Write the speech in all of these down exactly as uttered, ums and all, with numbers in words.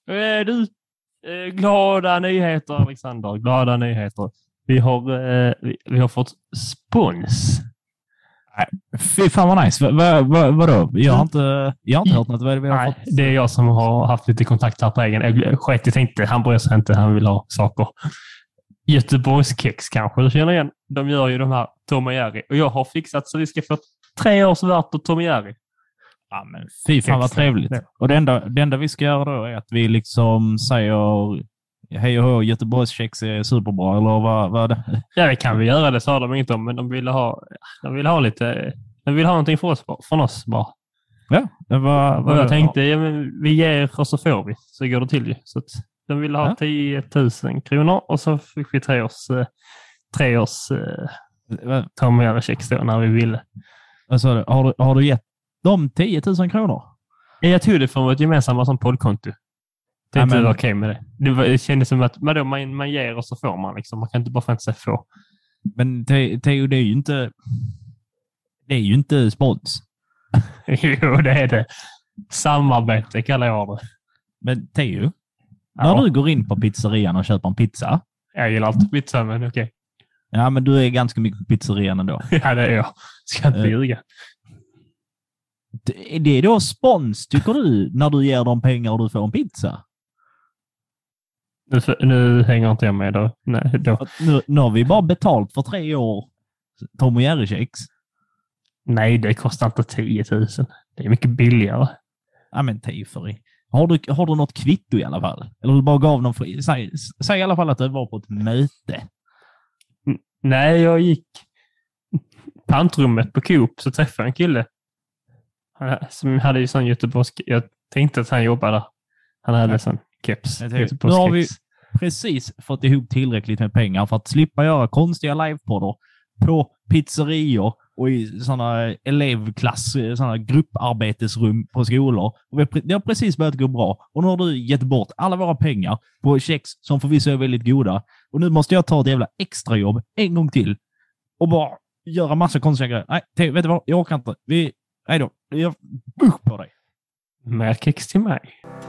Eh, du, eh, glada nyheter Alexander, glada nyheter. Vi har, eh, vi, vi har fått spons. Fy fan vad nice. Vad, vad, vadå? Jag har inte, jag har inte hört något. Vad är det vi har Nej, fått? det är jag som har haft lite kontakt här på egen. Jag sket, jag tänkte, han bryr sig inte, han vill ha saker. Göteborgskex kanske, du känner igen. De gör ju de här Tom och Jerry. Och jag har fixat så vi ska få tre års värt av Tom och Jerry. Ja, men fy fan vad trevligt. Ja. Och det enda, det enda vi ska göra då är att vi liksom säger hej och hå, Göteborgskex är superbra, eller vad, vad är det? Ja, det kan vi göra, det sa de inte om, men de ville ha, de ville ha lite, de vill ha någonting för oss, från oss bara. Ja, det var... Och jag tänkte, ja, men vi ger och så får vi, så går det till ju. Så att de ville ha ja. tio tusen kronor och så fick vi tre års, tre års eh, Tom och Jerry-kex då när vi ville. Alltså, har, du, har du gett dem tio tusen kronor? Jag tog det från vårt gemensamma som poddkonto. Det är inte okej okay med det. Det, var, det kändes som att man, man, man ger och så får man. Liksom. Man kan inte bara få inte säga få. Men Theo, det är ju inte det är ju inte spons. Jo, det är det. Samarbete kallar jag det. Men Theo, ja. När du går in på pizzerian och köper en pizza. Jag gillar alltid pizza, men okej. Okay. Ja, men du är ganska mycket på pizzerian ändå. Ja, det är jag. Ska inte ljuga. Uh. Det är då spons, tycker du, när du ger dem pengar och du får en pizza? Nu, nu hänger inte jag med då. Nej, då. Nu, nu har vi bara betalt för tre år Tom och Jerry-kex. Nej, det kostar inte tio tusen. Det är mycket billigare. Ja, men Tiferi. Har du, har du något kvitto i alla fall? Eller du bara gav någon fri... Säg, säg i alla fall att du var på ett möte. N- Nej, jag gick pantrummet på Coop så träffade en kille. Han som hade ju sån Göteborgs... Jag tänkte att han jobbade där. Han hade ja. sån keps. Nu har vi precis fått ihop tillräckligt med pengar för att slippa göra konstiga livepoddar på pizzerior och i sådana elevklass, sådana grupparbetesrum på skolor. Och det har precis börjat gå bra. Och nu har du gett bort alla våra pengar på kex som förvisso är väldigt goda. Och nu måste jag ta ett jävla extra jobb en gång till och bara göra massa konstiga grejer. Nej, te, vet du vad? Jag orkar inte. Vi... Nej då. Jag... Usch på dig. Mer kex till mig.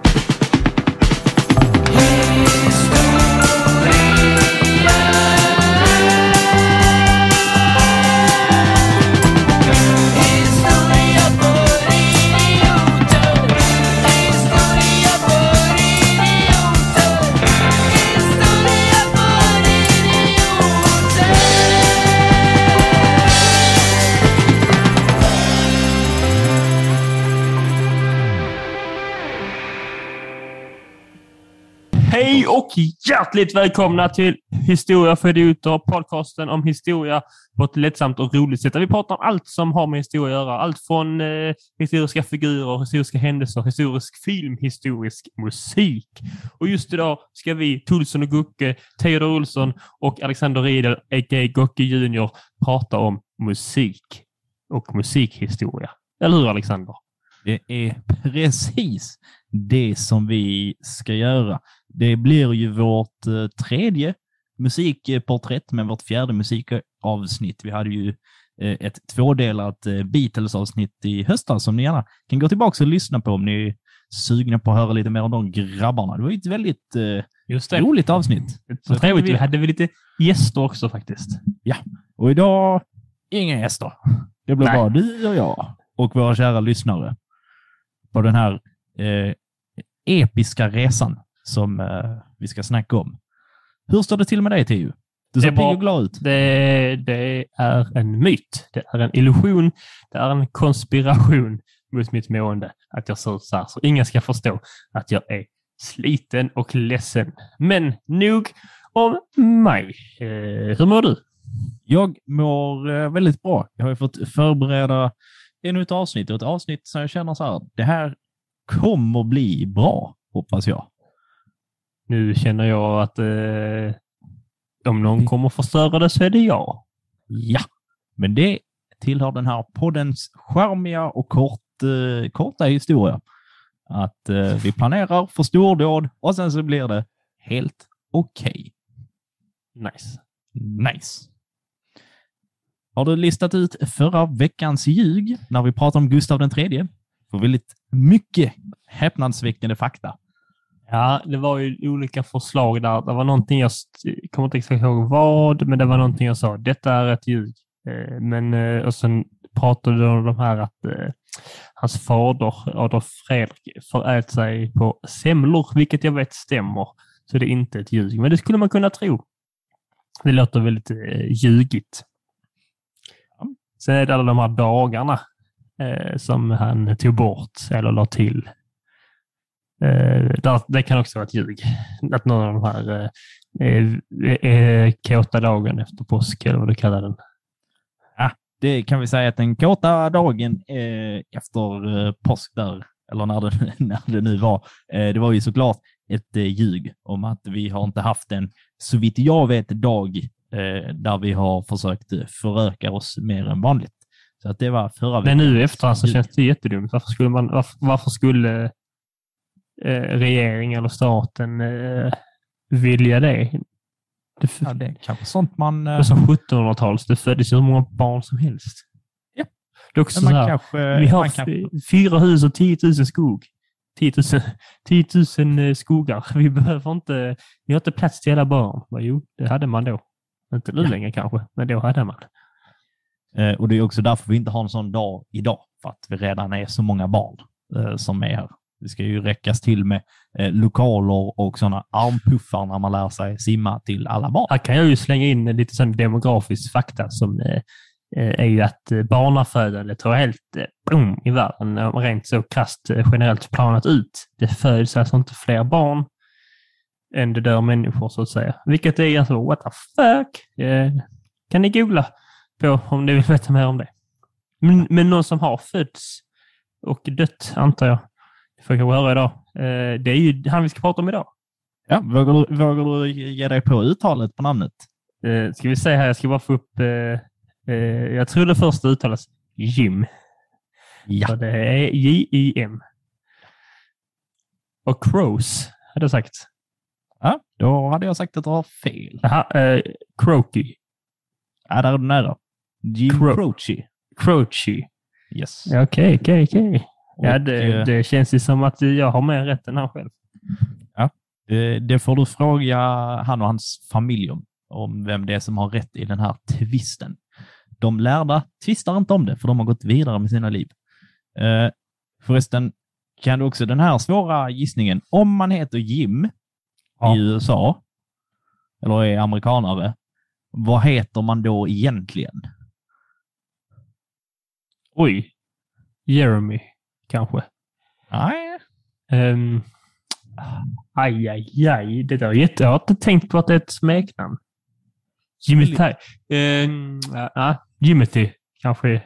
Hej och hjärtligt välkomna till Historia för idioter, podcasten om historia på ett lättsamt och roligt sätt. Vi pratar om allt som har med historia att göra. Allt från eh, historiska figurer, historiska händelser, historisk film, historisk musik. Och just idag ska vi, Tulsson och Gucke, Theodor Olsson och Alexander Riedel, a k a. Gocke junior, prata om musik och musikhistoria. Eller hur, Alexander? Det är precis det som vi ska göra. Det blir ju vårt eh, tredje musikporträtt med vårt fjärde musikavsnitt. Vi hade ju eh, ett tvådelat eh, Beatles-avsnitt i höstas som ni gärna kan gå tillbaka och lyssna på om ni är sugna på att höra lite mer om de grabbarna. Det var ju ett väldigt eh, Just det. roligt avsnitt. Så trevligt. Vi hade vi lite gäster också faktiskt. Ja, och idag inga gäster. Det blir Nej. bara du och jag och våra kära lyssnare på den här eh, episka resan som eh, vi ska snacka om. Hur står det till med dig, Theo? Du ser pigg och glad ut. Det, det är en myt. Det är en illusion. Det är en konspiration mot mitt mående att jag ser ut så här. Så ingen ska förstå att jag är sliten och ledsen. Men nog om mig. Eh, hur mår du? Jag mår eh, väldigt bra. Jag har fått förbereda ännu ett avsnitt. Och ett avsnitt som jag känner så här. Det här kommer bli bra, hoppas jag. Nu känner jag att eh, om någon kommer förstöra det så är det jag. Ja, men det tillhör den här poddens charmiga och kort, eh, korta historia. Att eh, vi planerar för stordåd och sen så blir det helt okej. Okay. Nice. Nice. Har du listat ut förra veckans ljug när vi pratar om Gustav den tredje? För väldigt mycket häpnadsväckande fakta. Ja, det var ju olika förslag där. Det var någonting jag st- kommer inte exakt ihåg vad, men det var någonting jag sa. Detta är ett ljug. Eh, men eh, och sen pratade de om de här att eh, hans fader, Adolf Fredrik, förät sig på semlor, vilket jag vet stämmer. Så det är inte ett ljug. Men det skulle man kunna tro. Det låter väldigt eh, ljugigt. Sen är det alla de här dagarna eh, som han tog bort eller la till. Eh, där, det kan också vara ett ljug. Att någon av de här eh, eh, kåta dagen efter påsk, eller vad du kallar den. Ja, det kan vi säga att den kåta dagen eh, efter eh, påsk där, eller när det, när det nu var, eh, det var ju såklart ett eh, ljug om att vi har inte haft en, så vitt jag vet, dag eh, där vi har försökt föröka oss mer än vanligt. Så att det var förra veckan. Men nu efter så känns det jättedumt. Varför skulle man, varför, varför skulle eh, regeringen eller staten eh, vilja det? Det, ja, det är kanske sånt man... Det är som sjuttonhundratalet, det föddes ju så många barn som helst. Ja. Det är också man så här, kanske, vi har man kanske... fyra hus och tio tusen skog. tio tusen skogar. Vi behöver inte, vi har inte plats till alla barn. Men jo, det hade man då. Inte nu ja. längre kanske, men då hade man. Eh, och det är också därför vi inte har en sån dag idag. För att vi redan är så många barn eh, som är här. Det ska ju räckas till med eh, lokaler och sådana armpuffar när man lär sig simma till alla barn. Här kan jag ju slänga in lite sån demografisk fakta som eh, är ju att eh, barnafödandet har helt eh, boom, i världen rent så krasst eh, generellt planat ut. Det föds alltså inte fler barn än det dör människor så att säga. Vilket är alltså, what the fuck? Eh, kan ni googla på om ni vill veta mer om det. Men, men någon som har fötts och dött, antar jag, det får jag höra idag. Eh, det är ju han vi ska prata om idag. Ja, vågar du, vågar du ge dig på uttalet på namnet? Eh, ska vi se här, jag ska bara få upp... Eh, eh, jag tror det första uttalas Jim. Ja. Så det är J I M. Och Crows, hade jag sagt. Ja, då hade jag sagt att du har fel. Aha, eh, Croaky. Ja, där är du nära. Jim Cro- Croce. Croce. Yes. Okej, okej, okej. Ja, Och, det, eh, det känns ju som att jag har mer rätt än han själv. Ja, det, det får du fråga han och hans familj om, om vem det är som har rätt i den här tvisten. De lärda tvistar inte om det, för de har gått vidare med sina liv. Eh, förresten, kan du också den här svåra gissningen, om man heter Jim Ja. i U S A, eller är amerikanare, vad heter man då egentligen? Oj. Jeremy, kanske. Nej. Um, aj, aj, aj. Det där är jätte... Jag har inte tänkt på att det är ett smeknamn. Jimmy Ty. Um, ja, Jimothy, kanske.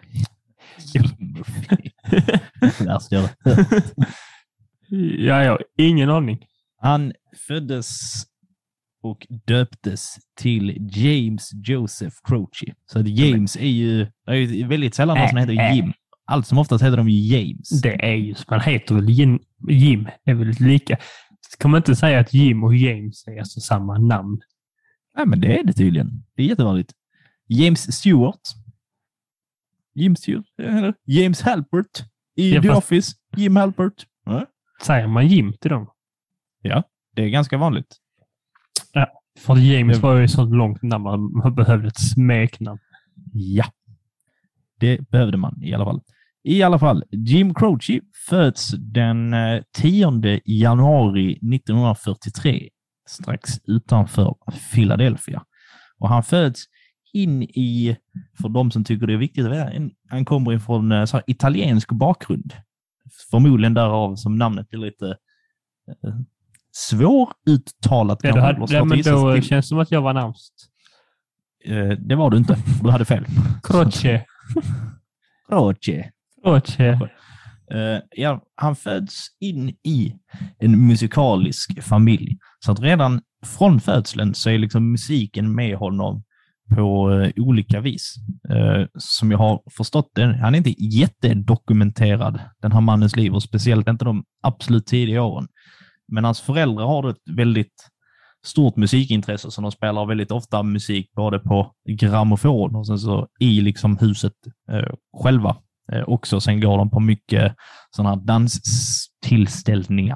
Värst jag Ja, jag har ingen aning. Han föddes och döptes till James Joseph Croce. Så att James är ju, det är ju väldigt sällan någon som heter Jim. Allt som oftast heter de ju James. Det är ju, man heter väl Jim, Jim är väl lika. Ska man inte säga att Jim och James är alltså samma namn? Nej, men det är det tydligen. Det är jättevanligt. James Stewart. James Stewart. Eller James Halpert. I Ja, The fast- Office. Jim Halpert. Ja. Säger man Jim till dem? ja, det är ganska vanligt. För James Det- var ju så långt namn man behövde ett smeknamn. Ja, det behövde man i alla fall. I alla fall, Jim Croce föds den eh, tionde januari nittonhundrafyrtiotre strax utanför Philadelphia. Och han föds in i, för de som tycker det är viktigt att veta, en- han kommer ifrån eh, så här, italiensk bakgrund. Förmodligen därav som namnet är lite eh, svåruttalat. Ja, kanske, då, eller hade, svårt ja, att men gissa då sig till. känns det som att jag var närmast. Eh, det var du inte, du hade fel. Croce. Croce. Croce. Uh, ja, han föds in i en musikalisk familj. Så att redan från födseln så är liksom musiken med honom på uh, olika vis. Uh, som jag har förstått det, han är inte jättedokumenterad, den här mannens liv, och speciellt inte de absolut tidiga åren. Men hans föräldrar har ett väldigt stort musikintresse, så de spelar väldigt ofta musik både på grammofon och sen så i liksom huset uh, själva. Eh, också. Sen går de på mycket sådana här danstillställningar.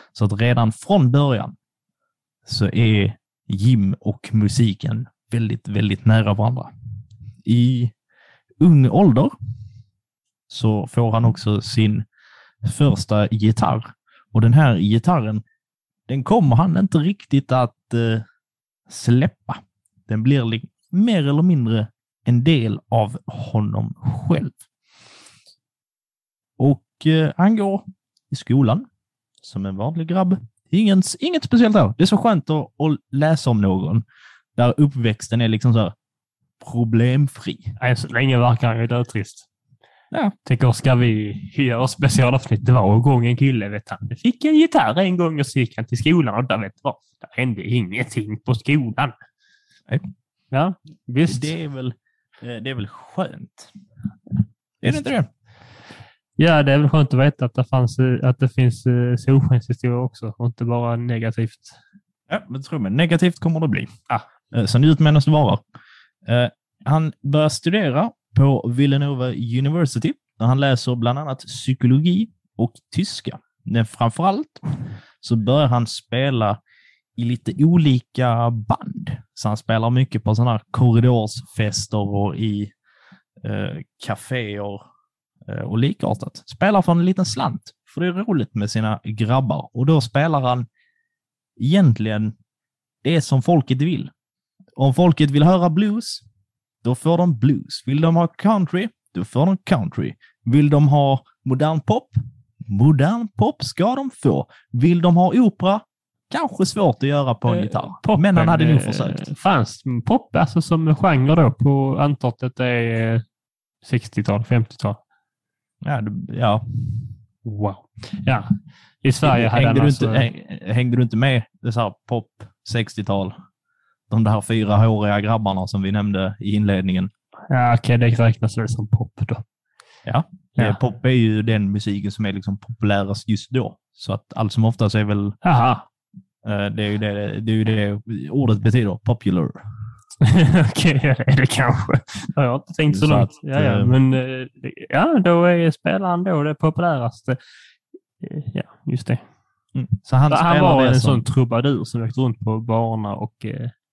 Så att redan från början så är Jim och musiken väldigt, väldigt nära varandra. I ung ålder så får han också sin första gitarr. Och den här gitarren, den kommer han inte riktigt att eh, släppa. Den blir li- mer eller mindre en del av honom själv. Och eh, han går i skolan som en vanlig grabb. Inget, inget speciellt där. Det är så skönt att, att läsa om någon där uppväxten är liksom så här problemfri. Nej, så länge verkar han ju dödtrist. Ja. Tänker, ska vi göra specialavsnitt? Det var en gång en kille, vet han. Jag fick en gitarr en gång och så gick han till skolan och där vet du vad? Det hände ingenting på skolan. Nej. Ja, visst. Det är väl, det är väl skönt. Är det inte det? Ja, det är väl skönt att veta att det, fanns, att det finns solskenshistorier också och inte bara negativt. Ja, men tror mig. Negativt kommer det bli. Ah. Så njut medan du varar. Han börjar studera på Villanova University där han läser bland annat psykologi och tyska. Men framförallt så börjar han spela i lite olika band. Så han spelar mycket på sådana här korridorsfester och i eh, kaféer eh, och likartat. Spelar för en liten slant, för det är roligt med sina grabbar. Och då spelar han egentligen det som folket vill. Om folket vill höra blues, då får de blues. Vill de ha country, då får de country. Vill de ha modern pop, modern pop ska de få. Vill de ha opera, kanske svårt att göra på en eh, gitarr. Poppen, men han hade nog försökt. Fanns pop alltså som genre då på antalet är sextiotal, femtiotal? Ja, det, ja. Wow. Ja. I Sverige hängde, hade du alltså... inte, hängde du inte med det så här pop sextiotal? De där fyra håriga grabbarna som vi nämnde i inledningen. Ja, okej, okay, det räknas väl som pop då. Ja, ja. Pop är ju den musiken som är liksom populärast just då. Så att allt som oftast är väl... Aha. Det är ju det, det, är ju det ordet betyder, popular. Okej, okay, det är det kanske. Jag har inte tänkt så, så långt. Att, ja, ja, men ja, då är spelaren då det populäraste. Ja, just det. Mm. Så han, han var en som... sån trubadur som åkte runt på banorna och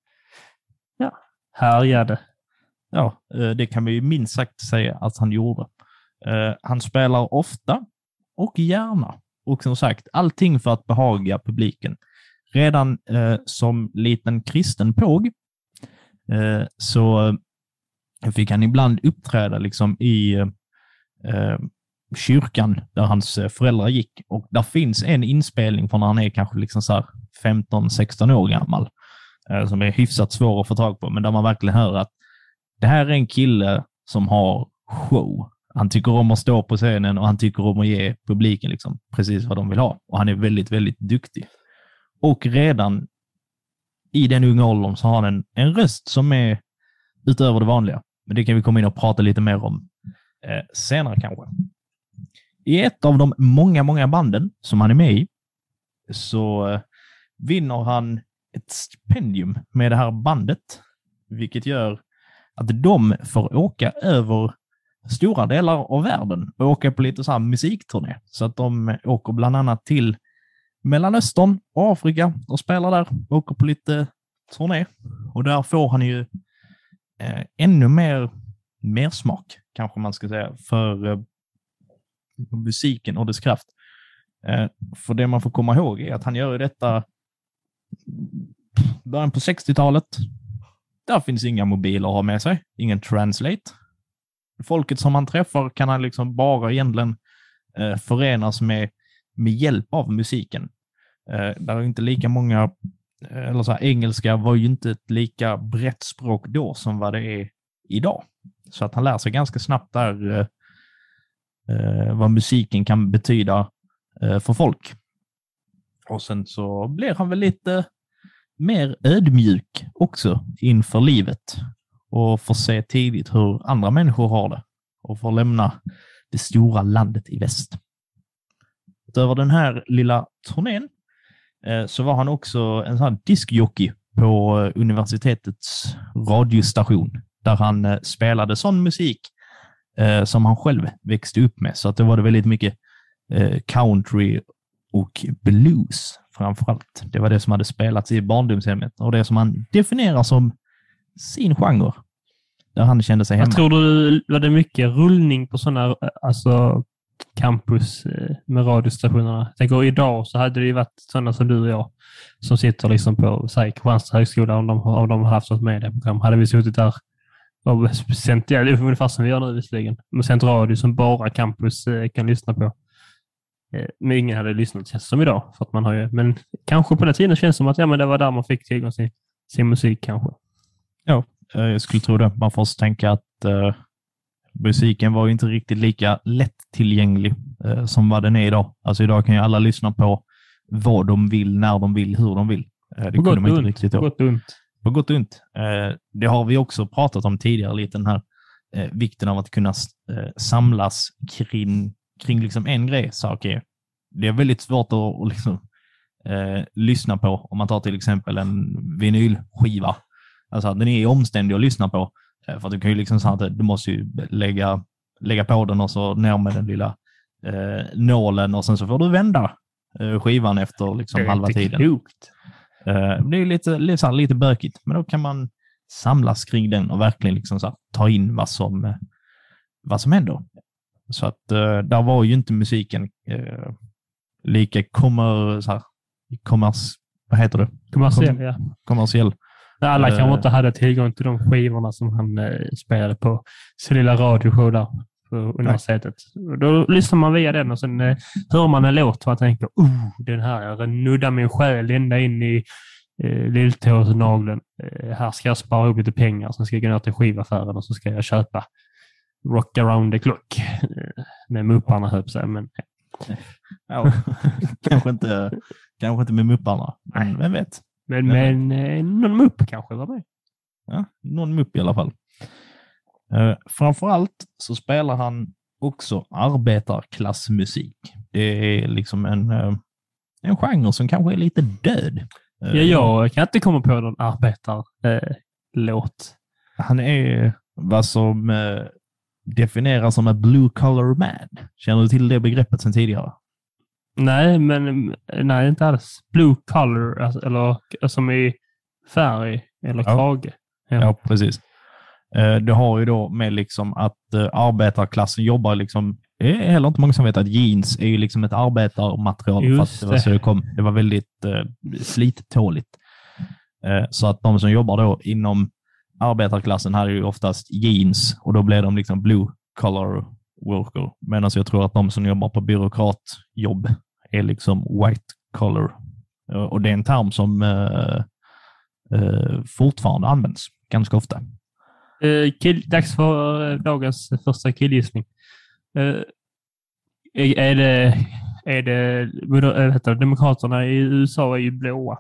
ja, härjade. Ja, det kan vi ju minst sagt säga att han gjorde. Han spelar ofta och gärna. Och som sagt, allting för att behaga publiken. Redan eh, som liten kristen påg eh, så fick han ibland uppträda liksom i eh, kyrkan där hans föräldrar gick. Och där finns en inspelning från när han är kanske liksom så här femton sexton år gammal eh, som är hyfsat svår att få tag på, men där man verkligen hör att det här är en kille som har show. Han tycker om att stå på scenen och han tycker om att ge publiken liksom precis vad de vill ha. Och han är väldigt, väldigt duktig. Och redan i den unga åldern så har han en, en röst som är utöver det vanliga. Men det kan vi komma in och prata lite mer om eh, senare kanske. I ett av de många, många banden som han är med i så eh, vinner han ett stipendium med det här bandet. Vilket gör att de får åka över stora delar av världen och åka på lite så här musikturné. Så att de åker bland annat till Mellanöstern och Afrika och spelar där. Åker på lite turné. Och där får han ju eh, ännu mer, mer smak, kanske man ska säga, för eh, musiken och dess kraft. Eh, för det man får komma ihåg är att han gör ju detta början på sextiotalet. Där finns inga mobiler att ha med sig. Ingen translate. Folket som han träffar kan han liksom bara egentligen eh, förenas med, med hjälp av musiken. Eh, där är inte lika många, eh, eller så här, engelska var ju inte ett lika brett språk då som vad det är idag. Så att han lär sig ganska snabbt där eh, eh, vad musiken kan betyda eh, för folk. Och sen så blir han väl lite mer ödmjuk också inför livet. Och får se tidigt hur andra människor har det. Och får lämna det stora landet i väst. Utöver den här lilla turnén eh, så var han också en sån här diskjockey på eh, universitetets radiostation. Där han eh, spelade sån musik eh, som han själv växte upp med. Så att det var det väldigt mycket eh, country och blues framförallt. Det var det som hade spelats i barndomshemmet och det som han definierar som sin genre. Där han kände sig hemma. Jag tror du var det mycket rullning på sådana alltså campus med radiostationerna. Jag tänker idag så hade det ju varit sådana som du och jag som sitter liksom på säg, Kristianstad högskola om de, om de har haft något medieprogram. Hade vi suttit där och sänt, ja, det är ungefär som vi gör nu visserligen. Men sänt radio som bara campus kan lyssna på. Men ingen hade lyssnat känns som idag. För att man har ju, men kanske på den tiden känns det som att ja, men det var där man fick tillgång till sin musik kanske. Ja, jag skulle tro det. Man får tänka att uh, musiken var ju inte riktigt lika lättillgänglig uh, som vad den är idag. Alltså idag kan ju alla lyssna på vad de vill, när de vill, hur de vill. Uh, det på kunde gott man inte ont. riktigt På gott och ont. På gott och ont. Uh, det har vi också pratat om tidigare lite, den här uh, vikten av att kunna uh, samlas kring, kring liksom en grej. Så, okay, det är väldigt svårt att, att liksom, uh, lyssna på om man tar till exempel en vinylskiva. Alltså den är omständig att lyssna på. För att du kan ju liksom säga att du måste ju lägga, lägga på den och så ner med den lilla eh, nålen och sen så får du vända eh, skivan efter liksom halva tiden. Klokt. Eh, det är lite, lite, så här, lite bökigt, men då kan man samlas kring den och verkligen liksom så här, ta in vad som, eh, vad som händer. Så att eh, där var ju inte musiken eh, lika kommer, så här, kommers, vad heter det? Kommersiell, Kom, ja. Kommersiell. Alla kanske Uh, inte hade tillgång till de skivorna som han eh, spelade på sin lilla radioshow där på universitetet. Nej. Då lyssnar man via den och sen eh, hör man en låt och man tänker oh, den här jag nuddar min själ ända in i eh, lilltåsnageln. Eh, här ska jag spara upp lite pengar, sen ska jag gå ner till skivaffären och så ska jag köpa Rock Around the Clock eh, med mupparna höll sig. Men ja, kanske inte kanske inte med mupparna. Nej. Men vem vet? Men, men eh, någon mupp kanske var med. Ja, någon mupp i alla fall. Uh, framförallt så spelar han också arbetarklassmusik. Det är liksom en, uh, en genre som kanske är lite död. Uh, ja, jag kan inte komma på någon arbetarlåt. Uh, han är vad som uh, definieras som en blue collar man. Känner du till det begreppet sedan tidigare? Nej, men nej, inte alls. Blue color, alltså, eller som i färg eller krage. Ja, ja precis. Uh, det har ju då med liksom att uh, arbetarklassen jobbar liksom, det är heller inte många som vet att jeans är ju liksom ett arbetarmaterial. Just för att det, var så det, kom. Det var väldigt uh, slittåligt. Uh, så att de som jobbar då inom arbetarklassen hade ju oftast jeans och då blev de liksom blue collar worker. Medan jag tror att de som jobbar på byråkratjobb är liksom white collar. Uh, och det är en term som uh, uh, fortfarande används ganska ofta. Uh, kill, dags för uh, dagens första killgissning. Uh, är det, är det, vad heter det, demokraterna i U S A är ju blåa.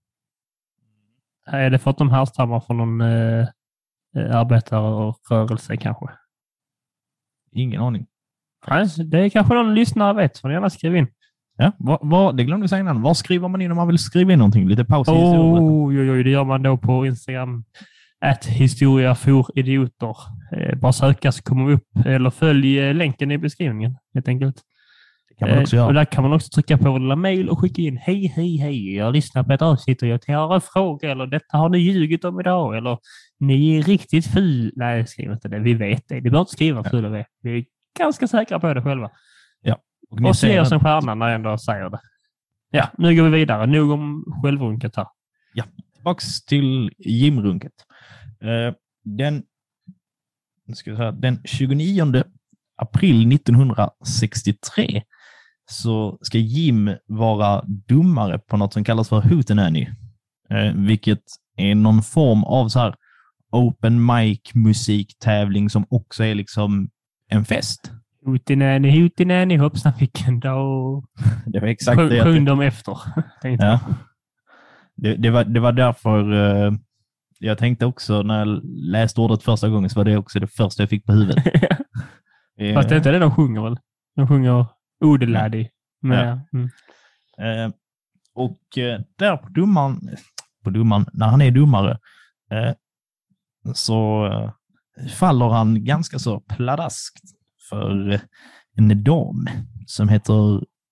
Är det för att de härstammar från någon uh, arbetarrörelse kanske? Ingen aning. Nej, det är kanske någon lyssnare vet, får ni gärna skriva in. Ja, vad, vad, det glömde jag säga innan. Vad skriver man in om man vill skriva in någonting? Lite paus i historien. Oj, oj, oj, det gör man då på Instagram. Att historia för idioter. Eh, bara söka så kommer vi upp. Eller följ eh, länken i beskrivningen, helt enkelt. Det kan man också eh, göra. Och där kan man också trycka på våra mejl och skicka in. Hej, hej, hej. Jag lyssnar på ett avsnitt och jag har en fråga. Eller detta har ni ljugit om idag. Eller ni är riktigt ful. Nej, skriv inte det. Vi vet det. Ni behöver inte skriva ja. Fula vi. Vi är ganska säkra på det själva. Ja. Och, och se oss en stjärna när jag ändå säger det. Ja, nu går vi vidare. Nog om självrunket här. Ja, tillbaks till Jim-runket. Uh, den, ska jag säga, den tjugonionde april nittonhundrasextiotre så ska Jim vara domare på något som kallas för Hootenanny. Uh, vilket är någon form av så här open mic musiktävling som också är liksom en fest. Hootenanny, Hootenanny, hoppsan vilken dag. Det var exakt Sjung, det. Sjung dem efter. Ja. Det, det, var, det var därför uh, jag tänkte också när jag läste ordet första gången så var det också det första jag fick på huvudet. uh, Fast det är inte det de sjunger väl? De sjunger Odeladdy. Ja. Mm. Uh, och uh, där på domaren, på domaren, när han är domare uh, så uh, faller han ganska så pladaskt för en dam som heter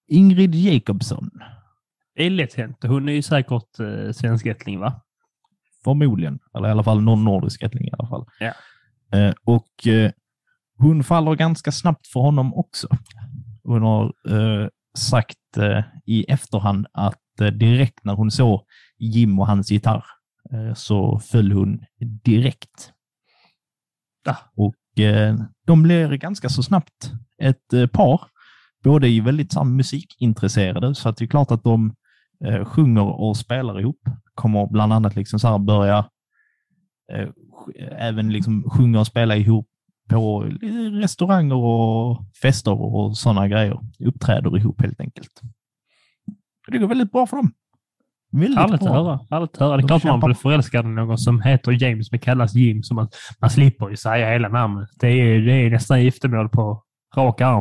Ingrid Jacobsson. Det är lätt hänt. Hon är ju säkert eh, svenskättling, va? Förmodligen. Eller i alla fall någon nordisk ättling i alla fall. Ja. Eh, och eh, hon faller ganska snabbt för honom också. Hon har eh, sagt eh, i efterhand att eh, direkt när hon såg Jim och hans gitarr eh, så föll hon direkt. Ja. Och eh, de blir ganska så snabbt ett eh, par. Båda är väldigt så här, musikintresserade, så att det är klart att de eh, sjunger och spelar ihop. Kommer bland annat liksom så här börja eh, även liksom sjunga och spela ihop på restauranger och fester och sådana grejer. Uppträder ihop helt enkelt. Det går väldigt bra för dem. Väldigt Härligt bra. att höra. Härligt att höra. Det är klart man blir förälskad i någon som heter James men kallas Jim, så man, man slipper ju säga hela namnet. Det är, det är nästan giftermål på rak arm.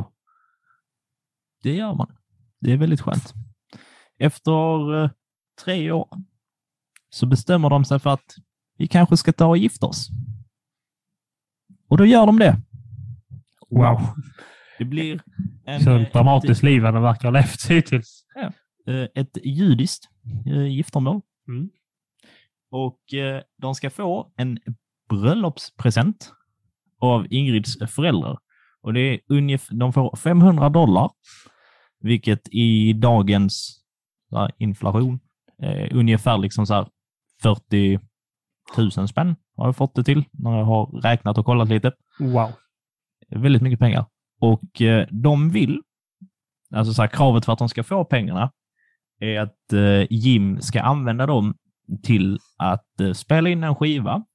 Det gör man. Det är väldigt skönt. Efter eh, tre år så bestämmer de sig för att vi kanske ska ta och gifta oss. Och då gör de det. Wow. Det blir en, så ett dramatiskt liv han verkar ha levt hittills. Ja. Ett judiskt eh, giftermål. Mm. Och eh, de ska få en bröllopspresent av Ingrids föräldrar. Och det är ungefär, de får femhundra dollar, vilket i dagens här, inflation eh, ungefär liksom så här fyrtio tusen spänn har jag fått det till när jag har räknat och kollat lite. Wow. Väldigt mycket pengar. Och eh, de vill, alltså så här, kravet för att de ska få pengarna är att eh, Jim ska använda dem till att eh, spela in en skiva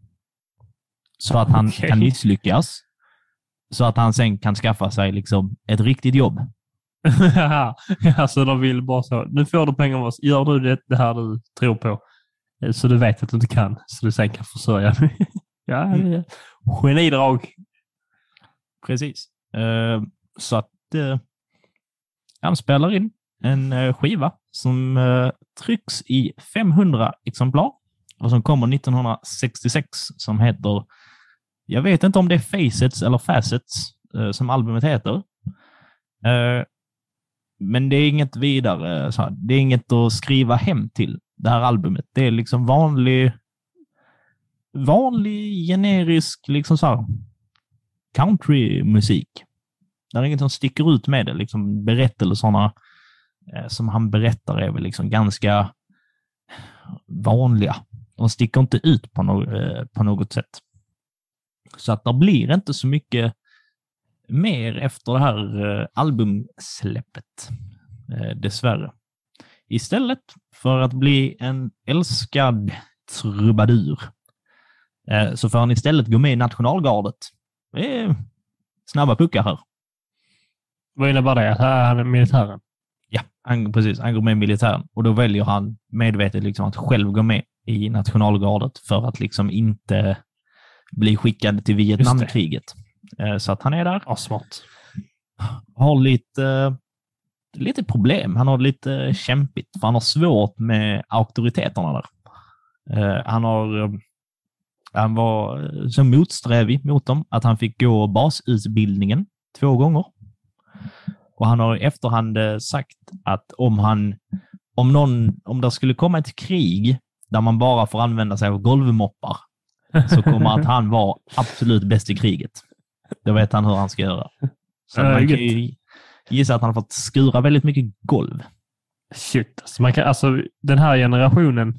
så att han Okay. kan misslyckas. Så att han sen kan skaffa sig liksom ett riktigt jobb. Alltså de vill bara så. Nu får du pengar av oss. Gör du det, det här du tror på. Så du vet att du inte kan. Så du sen kan försörja. Ja, det är genidrag. Precis. Uh, så att uh, han spelar in en uh, skiva som uh, trycks i femhundra exemplar och som kommer nittonhundrasextiosex som heter, jag vet inte om det är Facets eller Facets uh, som albumet heter. Uh, men det är inget vidare, så här, det är inget att skriva hem till det här albumet. Det är liksom vanlig vanlig generisk liksom så här countrymusik. Det är inget som sticker ut med det. Liksom berättelserna eh, som han berättar är väl liksom ganska vanliga. De sticker inte ut på, no- eh, på något sätt. Så att det blir inte så mycket mer efter det här eh, albumsläppet. Eh, dessvärre. Istället för att bli en älskad trubadur eh, så får han istället gå med i nationalgardet. Det är snabba puckar här. Vad innebär det? Att här är han militären? Ja, han, precis. Han går med i militären. Och då väljer han medvetet liksom att själv gå med i nationalgardet för att liksom inte bli skickad till Vietnamkriget. Så att han är där. Ja, smart. Har lite, lite problem. Han har lite kämpigt. För han har svårt med auktoriteterna där. Han har... Han var så motsträvig mot dem att han fick gå basutbildningen två gånger. Och han har i efterhand sagt att om han, om någon, om det skulle komma ett krig där man bara får använda sig av golvmoppar så kommer att han vara absolut bäst i kriget. Då vet han hur han ska göra. Så äh, man kan ju gissa att han har fått skura väldigt mycket golv. Shit, alltså, man kan, alltså den här generationen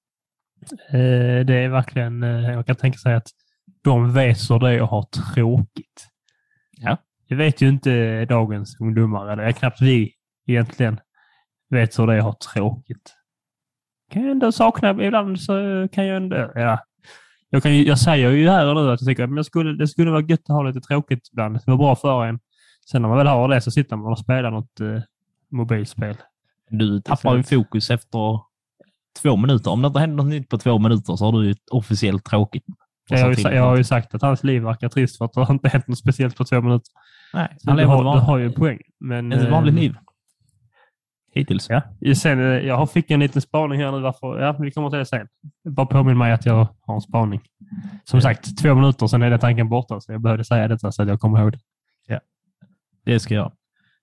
Eh, det är verkligen, eh, jag kan tänka sig att de vet hur det är att ha tråkigt. Ja. Det vet ju inte dagens ungdomar, eller knappt vi egentligen vet hur det är att ha tråkigt. Kan jag ändå sakna, ibland så kan jag ändå, ja. Jag, kan ju, jag säger ju här och nu att jag tycker att jag skulle, det skulle vara gött att ha lite tråkigt ibland. Det var bra för en. Sen när man väl har det så sitter man och spelar något eh, mobilspel. Du tappar ju fokus efter två minuter. Om det inte händer något nytt på två minuter så har du ju ett officiellt tråkigt. Jag har, ju, jag har ju sagt att hans liv verkar trist för att det har inte hänt något speciellt på två minuter. Nej, han lever, du, har, du har ju en poäng. Men, ett vanligt liv. Hittills. Ja. Sen, jag fick en liten spaning här nu. Varför, ja, vi kommer till det sen. Bara påminn mig att jag har en spaning. Som sagt, två minuter sen är det tanken borta. Så jag behövde säga detta så att jag kommer ihåg det. Ja, det ska jag.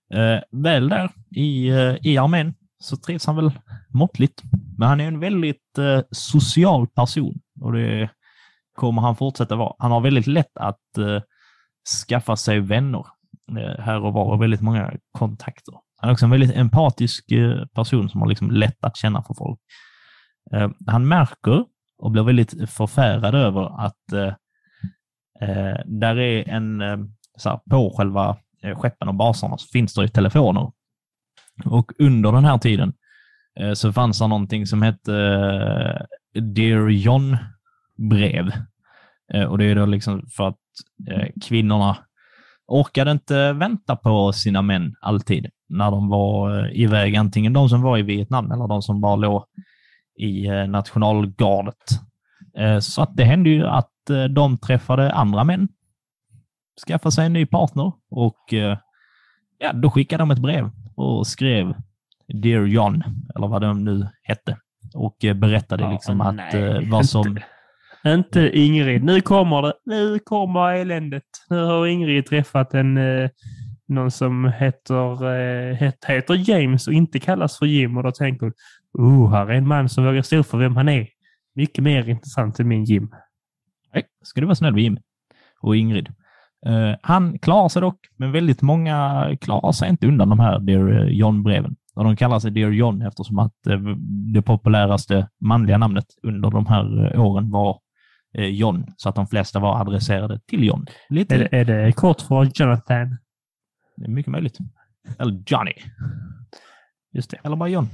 Eh, väl där i, eh, i armén så trivs han väl måttligt. Men han är en väldigt eh, social person och det kommer han fortsätta vara. Han har väldigt lätt att eh, skaffa sig vänner eh, här och var och väldigt många kontakter. Han är också en väldigt empatisk eh, person som har liksom lätt att känna för folk. Eh, han märker och blir väldigt förfärad över att eh, eh, där är en eh, så här, på själva eh, skeppen och baserna så finns det ju telefoner. Och under den här tiden eh, så fanns det någonting som hette eh, Dear John-brev. Eh, och det är då liksom för att eh, kvinnorna orkade inte vänta på sina män alltid när de var eh, iväg, antingen de som var i Vietnam eller de som bara låg i eh, nationalgardet. Eh, så att det hände ju att eh, de träffade andra män, skaffade sig en ny partner och eh, ja, då skickade de ett brev och skrev Dear John, eller vad de nu hette, och eh, berättade ja, liksom att nej, eh, vad som... Inte, inte Ingrid. Nu kommer det. Nu kommer eländet. Nu har Ingrid träffat en eh, någon som heter, eh, het, heter James och inte kallas för Jim, och då tänker oh, här är en man som vågar stå för vem han är. Mycket mer intressant än min Jim. Nej, ska du vara snäll med Jim och Ingrid. Uh, han klarar sig dock, men väldigt många klarar sig inte undan de här Dear John-breven. Och de kallar sig Dear John eftersom att uh, det populäraste manliga namnet under de här uh, åren var uh, John, så att de flesta var adresserade till John. Lite... Är, det, är det kort för Jonathan? Det är mycket möjligt. Eller Johnny. Just det. Eller bara John.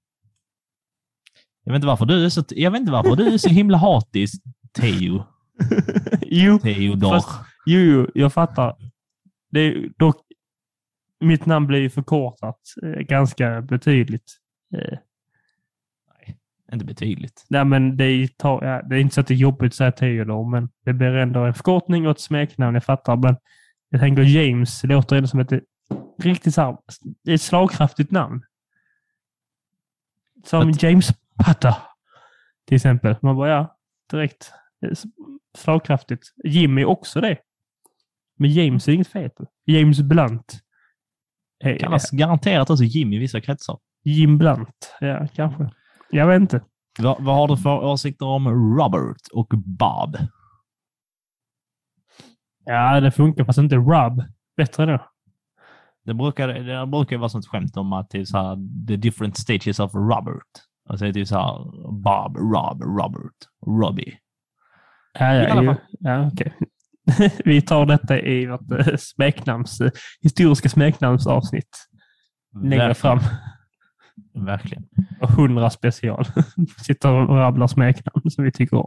Jag vet inte varför du är så, jag vet inte varför du är så himla hatisk, Theo. jo, Theodor. Fast, jo, jo, jag fattar. Det är dock, mitt namn blir ju förkortat eh, ganska betydligt. Eh. Nej, inte betydligt. Nej, men det är, ja, det är inte så att det är jobbigt att säga Theodor, men det blir ändå en förkortning och ett smeknamn, jag fattar. Men jag tänker James, det låter ändå som ett riktigt så här, ett slagkraftigt namn. Som att... James Potter, till exempel. Man bara, ja, direkt slagkraftigt. Jimmy också det. Men James är inget fet. James Blunt. Det kallas garanterat också Jim i vissa kretsar. Jim Blunt, ja, kanske. Jag vet inte. Va, vad har du för åsikter om Robert och Bob? Ja, det funkar fast inte Rob. Bättre då. Det brukar, det brukar vara sånt skämt om att det är så här, the different stages of Robert. Alltså det är så här, Bob, Rob, Robert, Robbie. Ja, ja, ja, ja okej. Okay. Vi tar detta i vårt uh, smeknamns, uh, historiska smeknamnsavsnitt. Längre fram. Verkligen. Och hundra special. Sitter och rabblar smeknamn som vi tycker om.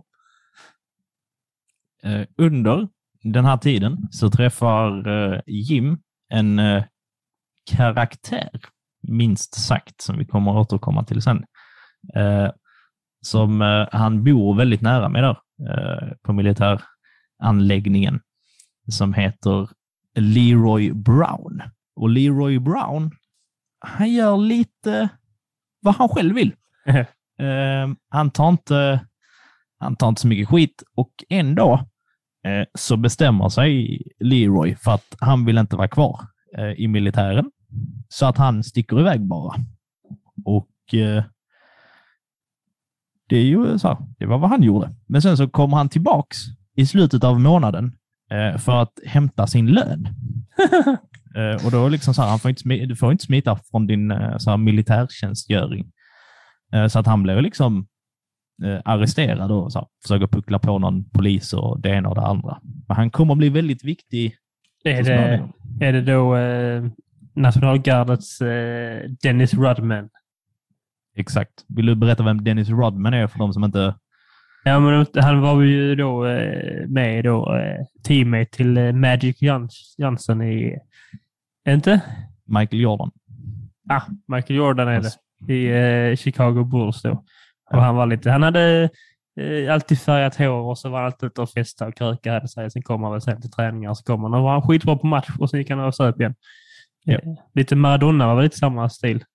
Uh, under den här tiden så träffar uh, Jim en uh, karaktär, minst sagt, som vi kommer att återkomma till sen. Uh, som uh, han bor väldigt nära med där uh, på militäranläggningen, som heter Leroy Brown. Och Leroy Brown, han gör lite vad han själv vill. uh, han tar inte han tar inte så mycket skit, och ändå uh, så bestämmer sig Leroy för att han vill inte vara kvar uh, i militären, så att han sticker iväg bara. Och uh, det är ju så här, det var vad han gjorde. Men sen så kommer han tillbaks i slutet av månaden eh, för att hämta sin lön. eh, och då liksom så här, han får inte smita, du får inte smita från din eh, så här, militärtjänstgöring. Eh, så att han blev liksom eh, arresterad och så här, försöker puckla på någon polis och det ena och det andra. Men han kommer bli väldigt viktig. Är det, är det då eh, nationalgardets eh, Dennis Rodman? Exakt. Vill du berätta vem Dennis Rodman är för de som inte... Ja, men han var ju då eh, med då eh, teammate till eh, Magic Jans- Johnson i... Inte? Michael Jordan. Ah, Michael Jordan är det. I eh, Chicago Bulls då. Och ja. han var lite... Han hade eh, alltid färgat hår och så var han alltid ute och festade och krökade sig. Sen kom han väl sen till träningar och så kom han och var han skitbra på match och sen gick han och söp igen. Ja. Eh, lite Maradona var väl lite samma stil.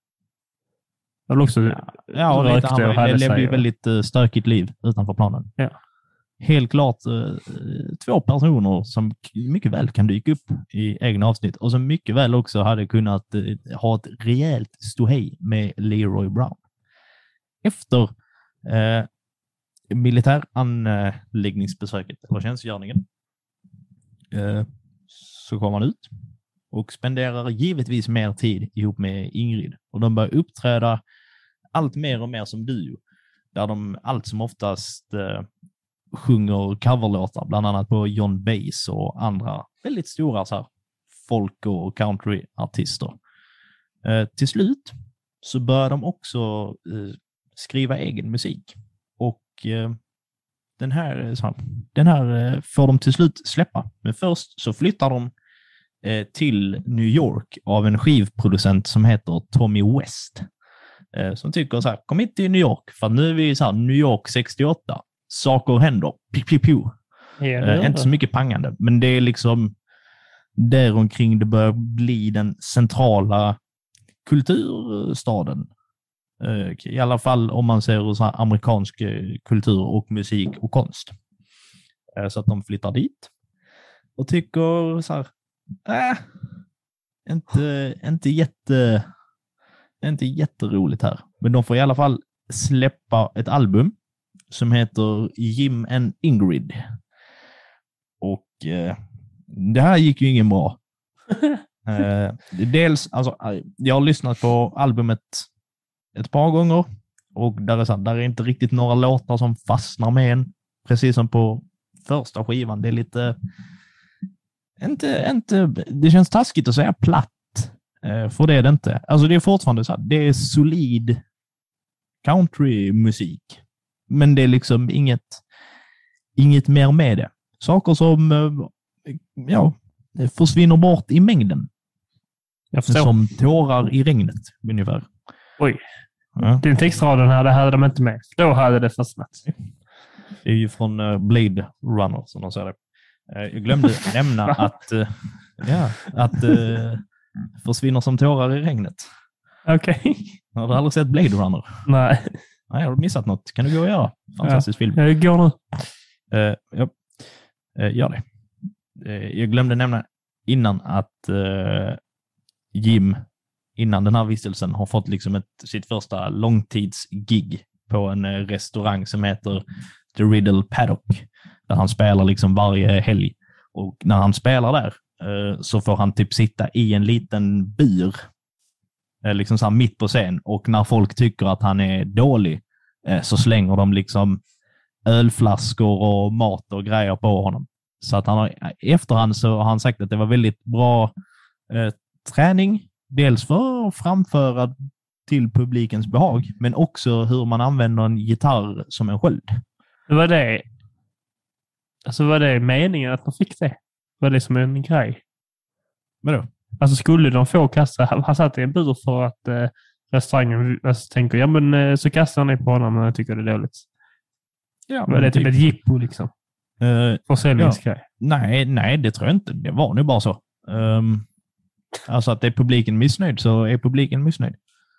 Också ja, och lite, han, och det blev ju väldigt uh, stökigt liv utanför planen. Ja. helt klart eh, två personer som mycket väl kan dyka upp i egna avsnitt och som mycket väl också hade kunnat eh, ha ett rejält ståhej med Leroy Brown. Efter eh, militäranläggningsbesöket eller tjänstgörningen eh, så kommer han ut och spenderar givetvis mer tid ihop med Ingrid. Och de börjar uppträda allt mer och mer som duo. Där de allt som oftast eh, sjunger coverlåtar, bland annat på John Baez och andra väldigt stora så här, folk- och countryartister. Eh, till slut så börjar de också eh, skriva egen musik. Och eh, den här, så här, den här eh, får de till slut släppa. Men först så flyttar de eh, till New York av en skivproducent som heter Tommy West. Eh, som tycker så här, kom hit till New York för nu är vi så här, New York sextioåtta. Saker händer. Piu, piu, piu. Ja, eh, inte så mycket pangande, men det är liksom där omkring det börjar bli den centrala kulturstaden. Eh, I alla fall om man ser så här amerikansk kultur och musik och konst. Eh, så att de flyttar dit och tycker så här, äh, inte, inte jätte inte jätteroligt här. Men de får i alla fall släppa ett album som heter Jim and Ingrid. Och eh, det här gick ju ingen bra. eh, dels, alltså, jag har lyssnat på albumet ett par gånger och där är, så, där är inte riktigt några låtar som fastnar med en. Precis som på första skivan. Det är lite inte, inte, det känns taskigt att säga platt. Eh, för det är det inte. Alltså det är fortfarande så här, det är solid countrymusik. Men det är liksom inget, inget mer med det. Saker som ja, försvinner bort i mängden. Jag förstår. Som tårar i regnet, ungefär. Oj. Ja. Den textraden här, det hade de inte med. Då hade det fastnat. Det är ju från Blade Runner, som de säger det. Jag glömde nämna att, ja, att försvinner som tårar i regnet. Okej. Okay. Har du aldrig sett Blade Runner? Nej. Nej, har du missat något? Kan du gå och göra? Fantastisk ja. film. Jag går nu. Uh, ja, uh, gör det. Uh, jag glömde nämna innan att uh, Jim, innan den här vistelsen, har fått liksom ett, sitt första långtidsgig på en uh, restaurang som heter The Riddle Paddock. Där han spelar liksom varje helg. Och när han spelar där uh, så får han typ sitta i en liten bur liksom så här mitt på scen, och när folk tycker att han är dålig eh, så slänger de liksom ölflaskor och mat och grejer på honom. Så att han har, i efterhand så har han sagt att det var väldigt bra eh, träning, dels för att framföra till publikens behag, men också hur man använder en gitarr som en sköld. Var det alltså var det meningen att de fick det? Var det som en grej? Vadå? Alltså skulle de få kassa, han satt i en bur för att eh, restaurangen alltså, tänker, ja men eh, så kastar ni på honom när jag tycker det är dåligt. Ja, var det typ ett jippo liksom? Uh, Försäljningsgrej? Ja. Nej, nej, det tror jag inte. Det var nu bara så. Um, alltså att är publiken missnöjd så är publiken missnöjd.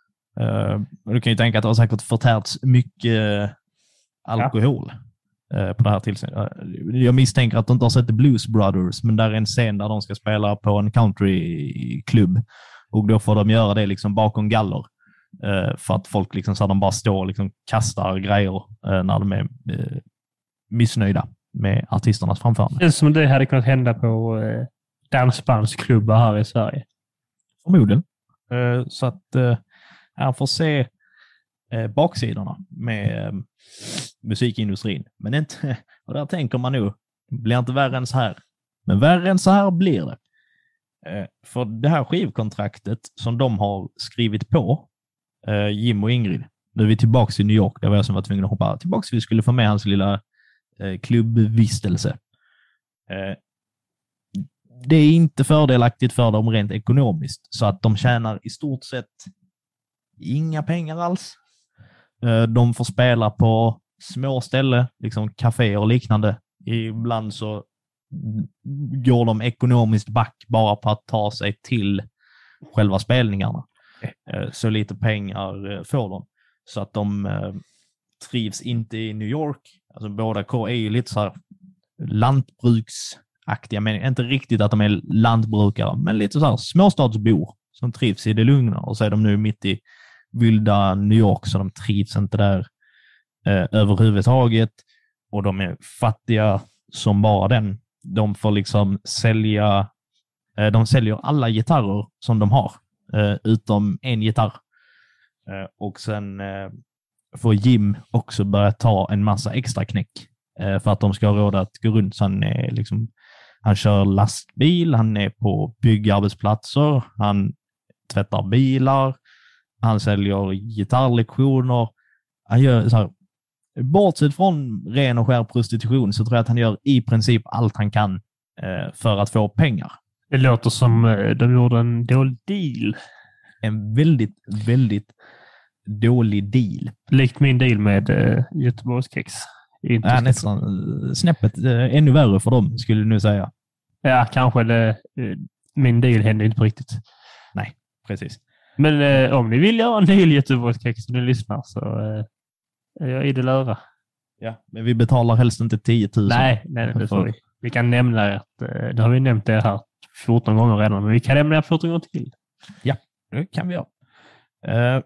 Uh, du kan ju tänka att det har säkert förtärts mycket alkohol. Ja. På det här tillfället. Jag misstänker att de inte har sett The Blues Brothers, men där är en scen där de ska spela på en countryklubb och då får de göra det liksom bakom galler för att folk liksom så att de bara står och liksom kastar grejer när de är missnöjda med artisternas framförande. Det är som det hade kunnat hända på dansbandsklubbar här i Sverige. Förmodligen. Så att han får se baksidorna med musikindustrin. Men inte, och där tänker man nu, blir inte värre än så här. Men värre än så här blir det. Eh, för det här skivkontraktet som de har skrivit på, eh, Jim och Ingrid, nu är vi tillbaka i New York, där var jag som var tvungen att hoppa tillbaka, så vi skulle få med hans lilla eh, klubbvistelse. Eh, det är inte fördelaktigt för dem rent ekonomiskt, så att de tjänar i stort sett inga pengar alls. Eh, de får spela på små ställen, liksom kaféer och liknande. Ibland så går de ekonomiskt back bara på att ta sig till själva spelningarna. Så lite pengar får de. Så att de trivs inte i New York alltså båda är ju lite så här lantbruksaktiga, men inte riktigt att de är lantbrukare, men lite så här småstadsbor som trivs i det lugna, och så är de nu mitt i vilda New York, så de trivs inte där eh, överhuvudtaget, och de är fattiga som bara den. De får liksom sälja, eh, de säljer alla gitarrer som de har, eh, utom en gitarr. Eh, och sen eh, får Jim också börja ta en massa extra knäck eh, för att de ska ha råd att gå runt. Så han, är liksom, han kör lastbil, han är på byggarbetsplatser, han tvättar bilar, han säljer gitarrlektioner. Han gör så här, bortsett från ren och skär prostitution, så tror jag att han gör i princip allt han kan eh, för att få pengar. Det låter som eh, de gjorde en dålig deal. En väldigt, väldigt dålig deal. Likt min deal med eh, Göteborgskex. Ja, nästan eh, snäppet eh, ännu värre för dem, skulle du nu säga. Ja, kanske det, eh, min deal hände inte på riktigt. Nej, precis. Men eh, om ni vill göra en deal Göteborgskex och ni lyssnar, så eh, är jag idel öra. Ja, men vi betalar helst inte tio tusen. Nej, nej, det får vi. Vi kan nämna att, eh, det har vi nämnt det här fjorton gånger redan, men vi kan nämna fjorton gånger till. Ja, det kan vi göra. Eh,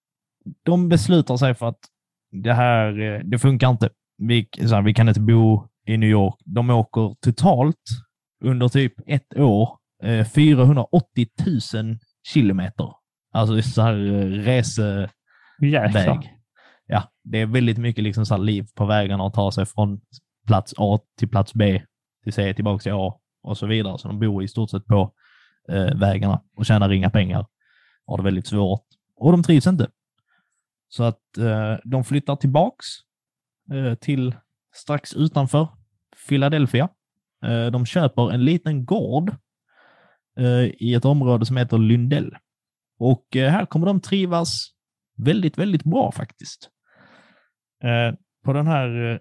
de beslutar sig för att det här, eh, det funkar inte. Vi, så här, vi kan inte bo i New York. De åker totalt under typ ett år eh, fyrahundraåttio tusen kilometer. Alltså så här eh, reseväg. Jäklar. Ja, det är väldigt mycket liksom så här liv på vägarna att ta sig från plats A till plats B, till C tillbaka till A och så vidare. Så de bor i stort sett på eh, vägarna och tjänar inga pengar. Har det väldigt svårt. Och de trivs inte. Så att eh, de flyttar tillbaks eh, till strax utanför Philadelphia. Eh, de köper en liten gård eh, i ett område som heter Lundell. Och eh, här kommer de trivas väldigt, väldigt bra faktiskt. Eh, på den här eh,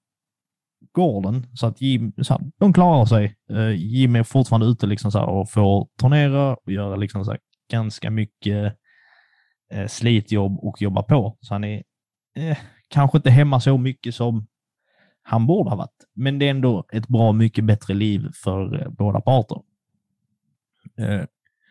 gården, så att Jim, så här, de klarar sig. Eh, Jim är fortfarande ute liksom så här, och får turnera och göra liksom så här, ganska mycket eh, slitjobb och jobba på. Så han är eh, kanske inte hemma så mycket som han borde ha varit. Men det är ändå ett bra mycket bättre liv för eh, båda parter. Eh,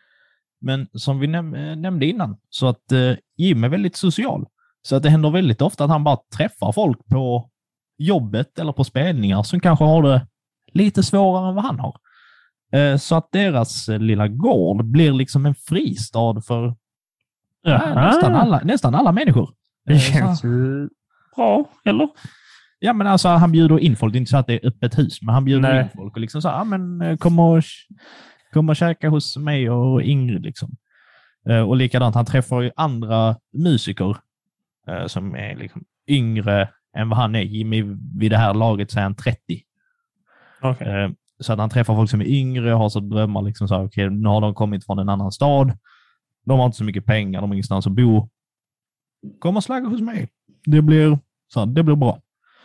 men som vi näm- nämnde innan, så att eh, Jim är väldigt social. Så att det händer väldigt ofta att han bara träffar folk på jobbet eller på spelningar som kanske har det lite svårare än vad han har. Eh, så att deras eh, lilla gård blir liksom en fristad för ja, nästan, alla, nästan alla människor. Det eh, känns ju bra, eller? Ja, men alltså han bjuder in folk. Det är inte så att det är öppet hus, men han bjuder Nej. in folk och liksom så ja, men kom och, kom och käka hos mig och Ingrid liksom. Eh, och likadant, han träffar ju andra musiker eh, som är liksom yngre än vad han är. Jimmy vid det här laget så är han trettio. Okay. Eh, så att han träffar folk som är yngre och har så drömmar liksom så här, okej, okay, nu har de kommit från en annan stad. De har inte så mycket pengar, de har ingenstans att bo. Kom och slagga hos mig. Det blir, så här, det blir bra.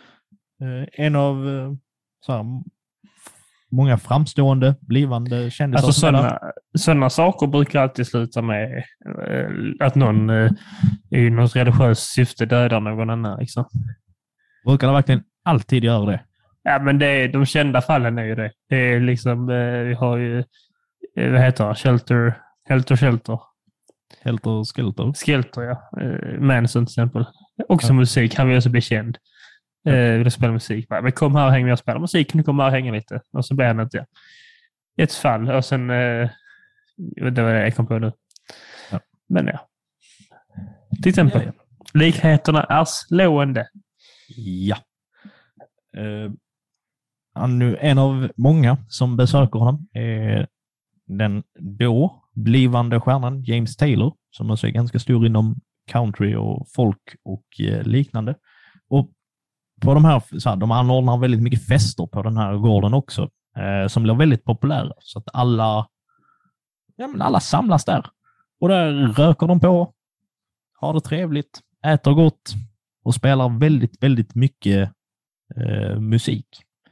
Eh, en av eh, så här, många framstående, blivande kändisar. Alltså sådana, sådana saker brukar alltid sluta med eh, att någon eh, i något religiöst syfte dödar någon annan. Liksom. Brukar det verkligen alltid göra det? Ja, men det är, de kända fallen är ju det. Det är liksom, eh, vi har ju, eh, vad heter det? Shelter, Helter Shelter. Helter Skelter? Skelter, ja. Eh, Manson till exempel. Också ja. Musik, han vill också bli känd. Eh, vill spela musik. Men kom här och häng med och spela musik. Nu kommer här och hänga lite. Och så blir han inte. Ett fall. Och sen, eh, det var det jag kom på nu. Ja. Men ja. Till exempel. Ja, ja. Likheterna är slående. Ja. Uh, han nu, en av många som besöker honom är den då blivande stjärnan James Taylor, som också är ganska stor inom country och folk och eh, liknande. Och på de här, så här, de anordnar väldigt mycket fester på den här gården också, eh, som blir väldigt populära. Så att alla, ja, men alla samlas där. Och där röker de på, har det trevligt, äter gott och spelar väldigt, väldigt mycket eh, musik.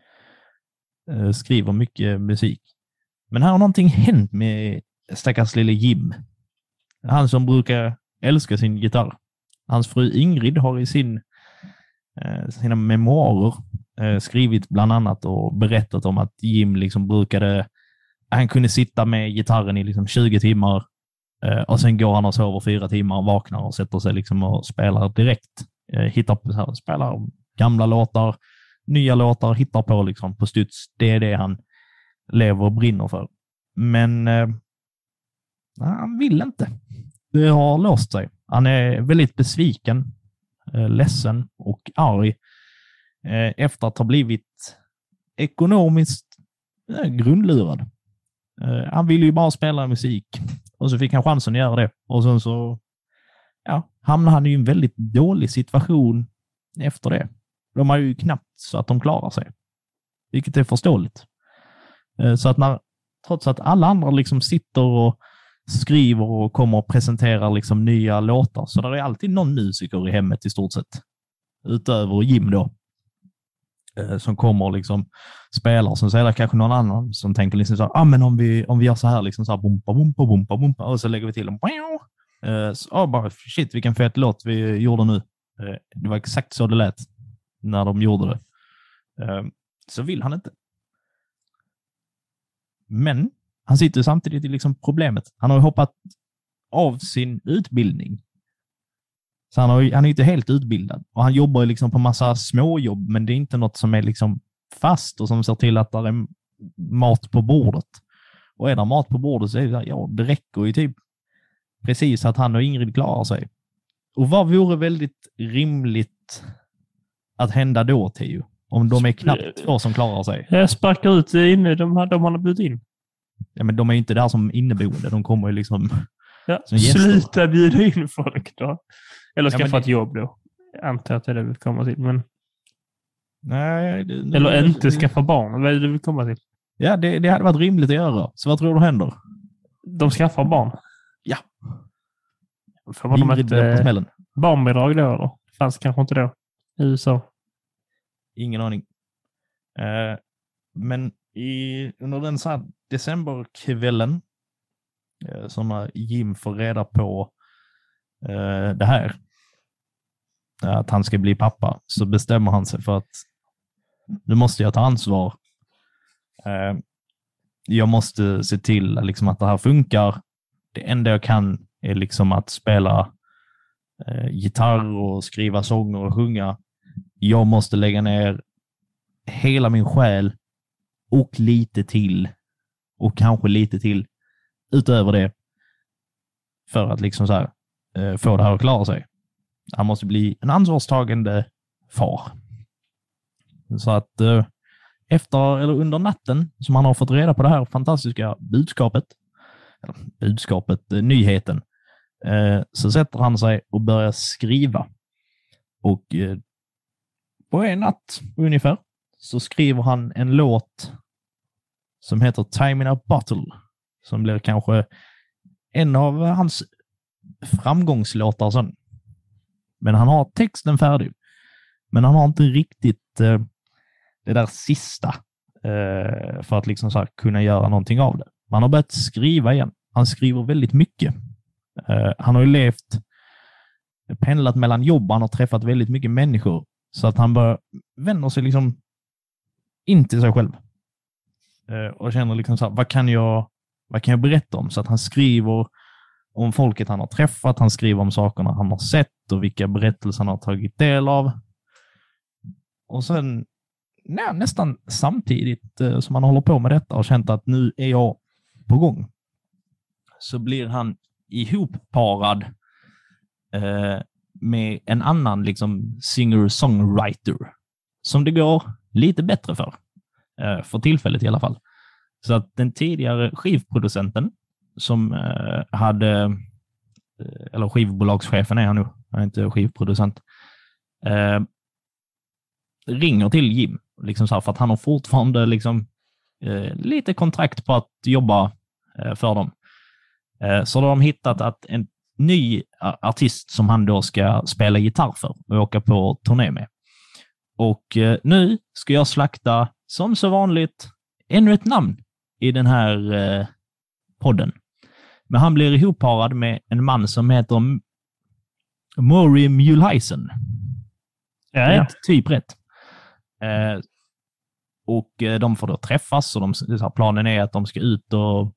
Eh, skriver mycket musik. Men här har någonting hänt med stackars lille Jim. Han som brukar älska sin gitarr. Hans fru Ingrid har i sin eh, sina memoarer eh, skrivit bland annat och berättat om att Jim liksom brukade, han kunde sitta med gitarren i liksom tjugo timmar eh, och sen går han och sover fyra timmar och vaknar och sätter sig liksom och spelar direkt. Eh, hittar på, så här, spelar gamla låtar, nya låtar, hittar på liksom på studs. Det är det han lever och brinner för. Men eh, han vill inte. Det har låst sig. Han är väldigt besviken, eh, ledsen och arg eh, efter att ha blivit ekonomiskt eh, grundlurad. Eh, han ville ju bara spela musik och så fick han chansen att göra det. Och sen så ja, hamnade han i en väldigt dålig situation efter det. De har ju knappt så att de klarar sig. Vilket är förståeligt. Eh, så att när, trots att alla andra liksom sitter och skriver och kommer och presenterar liksom nya låtar. Så där är alltid någon musiker i hemmet i stort sett. Utöver Jim då. Eh, som kommer och liksom spelar. Sen så är det kanske någon annan som tänker liksom så här, ah, men om vi, om vi gör så här liksom så här bumpa, bumpa, bumpa, bumpa. Och så lägger vi till en eh, så ah, bara shit vilken fet låt vi gjorde nu. Eh, det var exakt så det lät när de gjorde det. Eh, så vill han inte. Men han sitter samtidigt i liksom problemet. Han har ju hoppat av sin utbildning. Så han, har, han är inte helt utbildad. Och han jobbar liksom på massa småjobb, men det är inte något som är liksom fast och som ser till att det är mat på bordet. Och är det mat på bordet så är det så här, ja, det räcker ju typ precis att han och Ingrid klarar sig. Och vad vore väldigt rimligt att hända då, Theo? Om de är knappt två som klarar sig. Jag sparkar ut inne de här de har bjudit in. Ja, men de är ju inte där som inneboende. De kommer ju liksom ja, som gäster. Sluta bjuda in folk då. Eller skaffa ja, ett jobb då. Jag antar att det är det vi kommer till. Men... Nej, det, det, Eller det, inte det, skaffa barn. Vad är det vi kommer till? Ja, det, det hade varit rimligt att göra. Så vad tror du händer? De skaffar barn? Ja. För vad de Ingrid ett, på smällen. Barnbidrag då? Eller? Fanns kanske inte då i U S A. Ingen aning. Uh, men i, under den så här decemberkvällen uh, som Jim får reda på uh, det här, uh, att han ska bli pappa, så bestämmer han sig för att nu måste jag ta ansvar. Uh, jag måste se till liksom, att det här funkar. Det enda jag kan är liksom att spela uh, gitarr och skriva sånger och sjunga. Jag måste lägga ner hela min själ och lite till och kanske lite till utöver det för att liksom så här, eh, få det här att klara sig. Han måste bli en ansvarstagande far. Så att eh, efter eller under natten som han har fått reda på det här fantastiska budskapet, eller budskapet, eh, nyheten, eh, så sätter han sig och börjar skriva. Och eh, på en natt ungefär så skriver han en låt som heter Time in a Bottle, som blir kanske en av hans framgångslåtar sen. Men han har texten färdig. Men han har inte riktigt eh, det där sista eh, för att liksom så här kunna göra någonting av det. Han har börjat skriva igen. Han skriver väldigt mycket. Eh, han har ju levt pendlat mellan jobb. Han har träffat väldigt mycket människor. Så att han börjar vända sig liksom in till sig själv. Eh, och känner liksom så här, vad kan jag, vad kan jag berätta om? Så att han skriver om folket han har träffat. Han skriver om sakerna han har sett och vilka berättelser han har tagit del av. Och sen nej, nästan samtidigt eh, som han håller på med detta och känt att nu är jag på gång, så blir han ihopparad eh, med en annan liksom singer-songwriter som det går lite bättre för. Eh, för tillfället i alla fall. Så att den tidigare skivproducenten som eh, hade, eller skivbolagschefen är han nu, han är inte skivproducent, eh, ringer till Jim liksom så här, för att han har fortfarande liksom, eh, lite kontrakt på att jobba eh, för dem. Eh, så då har de hittat att en ny artist som han då ska spela gitarr för och åka på turné med. Och eh, nu ska jag slakta, som så vanligt, ännu ett namn i den här eh, podden. Men han blir ihopparad med en man som heter Maury Mulehaisen. Ja, ja. Rätt, typ rätt. Eh, och eh, de får då träffas och de, så här, planen är att de ska ut och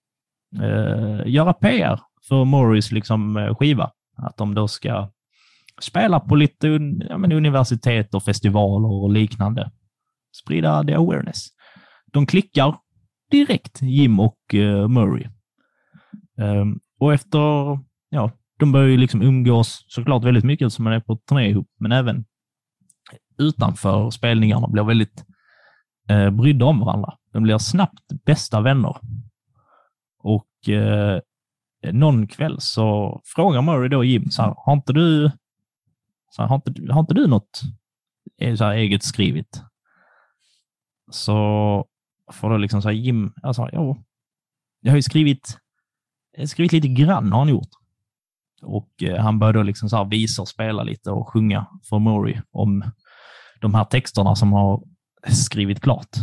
eh, göra P R för Morris liksom, eh, skiva. Att de då ska spela på lite ja, men universitet och festivaler och liknande. Sprida the awareness. De klickar direkt, Jim och uh, Murray. Um, och efter, ja, de börjar ju liksom umgås såklart väldigt mycket som man är på turné ihop, men även utanför spelningarna blir väldigt uh, brydda om varandra. De blir snabbt bästa vänner. Och uh, någon kväll så frågar Murray då Jim så här, har inte du så här, har, inte, har inte du något så här, eget skrivit? Så får då liksom så här, Jim, alltså, jo, jag har ju skrivit, skrivit lite grann har han gjort. Och eh, han började liksom så här visa och spela lite och sjunga för Murray om de här texterna som har skrivit klart.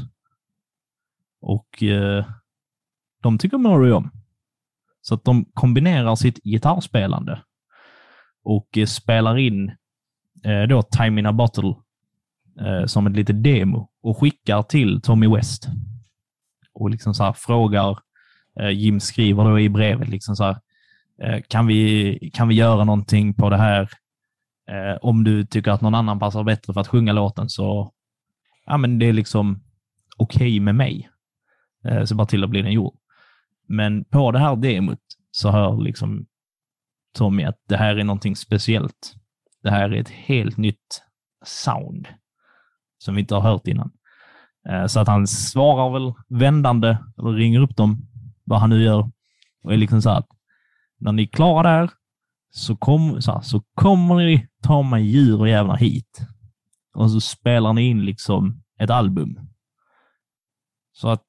Och eh, de tycker Murray om. Så att de kombinerar sitt gitarrspelande och eh, spelar in eh, då Time in a Bottle eh, som ett litet demo och skickar till Tommy West. Och liksom så här frågar, eh, Jim skriver då i brevet liksom så här, eh, kan vi, kan vi göra någonting på det här? Eh, om du tycker att någon annan passar bättre för att sjunga låten så ja, men det är liksom okej okay med mig. Eh, så bara till att bli den gjord. Men på det här demot så hör liksom Tommy att det här är någonting speciellt. Det här är ett helt nytt sound som vi inte har hört innan. Så att han svarar väl vändande eller ringer upp dem, vad han nu gör. Och är liksom så att när ni är klara där så, kom, så, här, så kommer ni ta mig djur och jävlar hit. Och så spelar ni in liksom ett album. Så att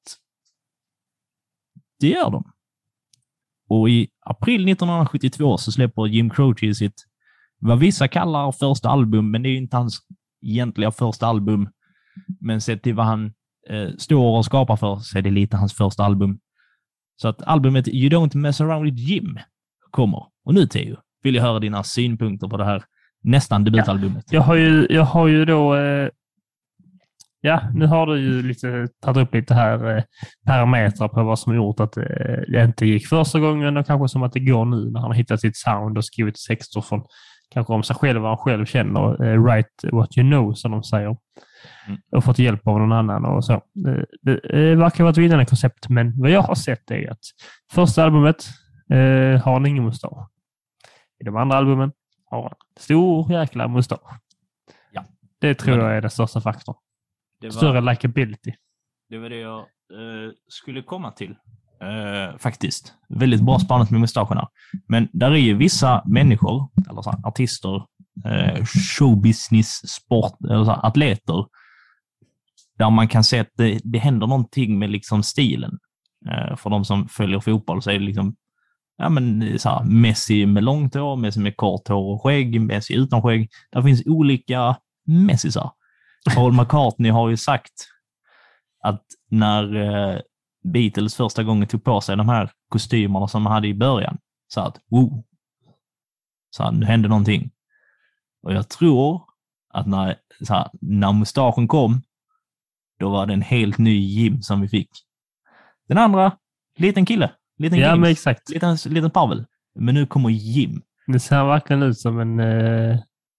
det gör de. Och i april nittonhundrasjuttiotvå så släpper Jim Croce sitt, vad vissa kallar första album, men det är inte hans egentliga första album. Men sett till vad han eh, står och skapar för så är det lite hans första album. Så att albumet You Don't Mess Around With Jim kommer. Och nu Theo, vill jag höra dina synpunkter på det här nästan debutalbumet. Ja, jag har ju, jag har ju då eh, ja, nu har du ju lite tagit upp lite här eh, parametrar på vad som gjort att eh, det inte gick första gången och kanske som att det går nu när han har hittat sitt sound och skrivit texter från kanske om sig själv, vad han själv känner, eh, write what you know som de säger. Mm. Och fått hjälp av någon annan och så. Det, det, det verkar vara ett vinnande koncept, men vad jag har sett är att första albumet eh, har han ingen mustasch. I de andra albumen har han stor jäkla mustasch. Ja. Det tror jag är den största faktorn. Det var, större likability. Det var det jag eh, skulle komma till. Eh, faktiskt. Väldigt bra spanat med mustacherna. Men där är ju vissa människor, eller så här, artister, eh, showbusiness, sport, eller så här, atleter, där man kan se att det, det händer någonting med liksom stilen. Eh, för de som följer fotboll så är det liksom ja, men, så här, Messi med långt hår, Messi med kort hår och skägg, Messi utan skägg. Där finns olika Messisar. Paul McCartney har ju sagt att när eh, Beatles första gången tog på sig de här kostymerna som de hade i början, så att wow, så att nu hände någonting. Och jag tror att när, så här, när mustaschen kom, då var det en helt ny Jim som vi fick. Den andra, liten kille. Liten ja, James, men exakt. Liten, liten Pavel. Men nu kommer Jim. Det ser verkligen ut som en... Eh...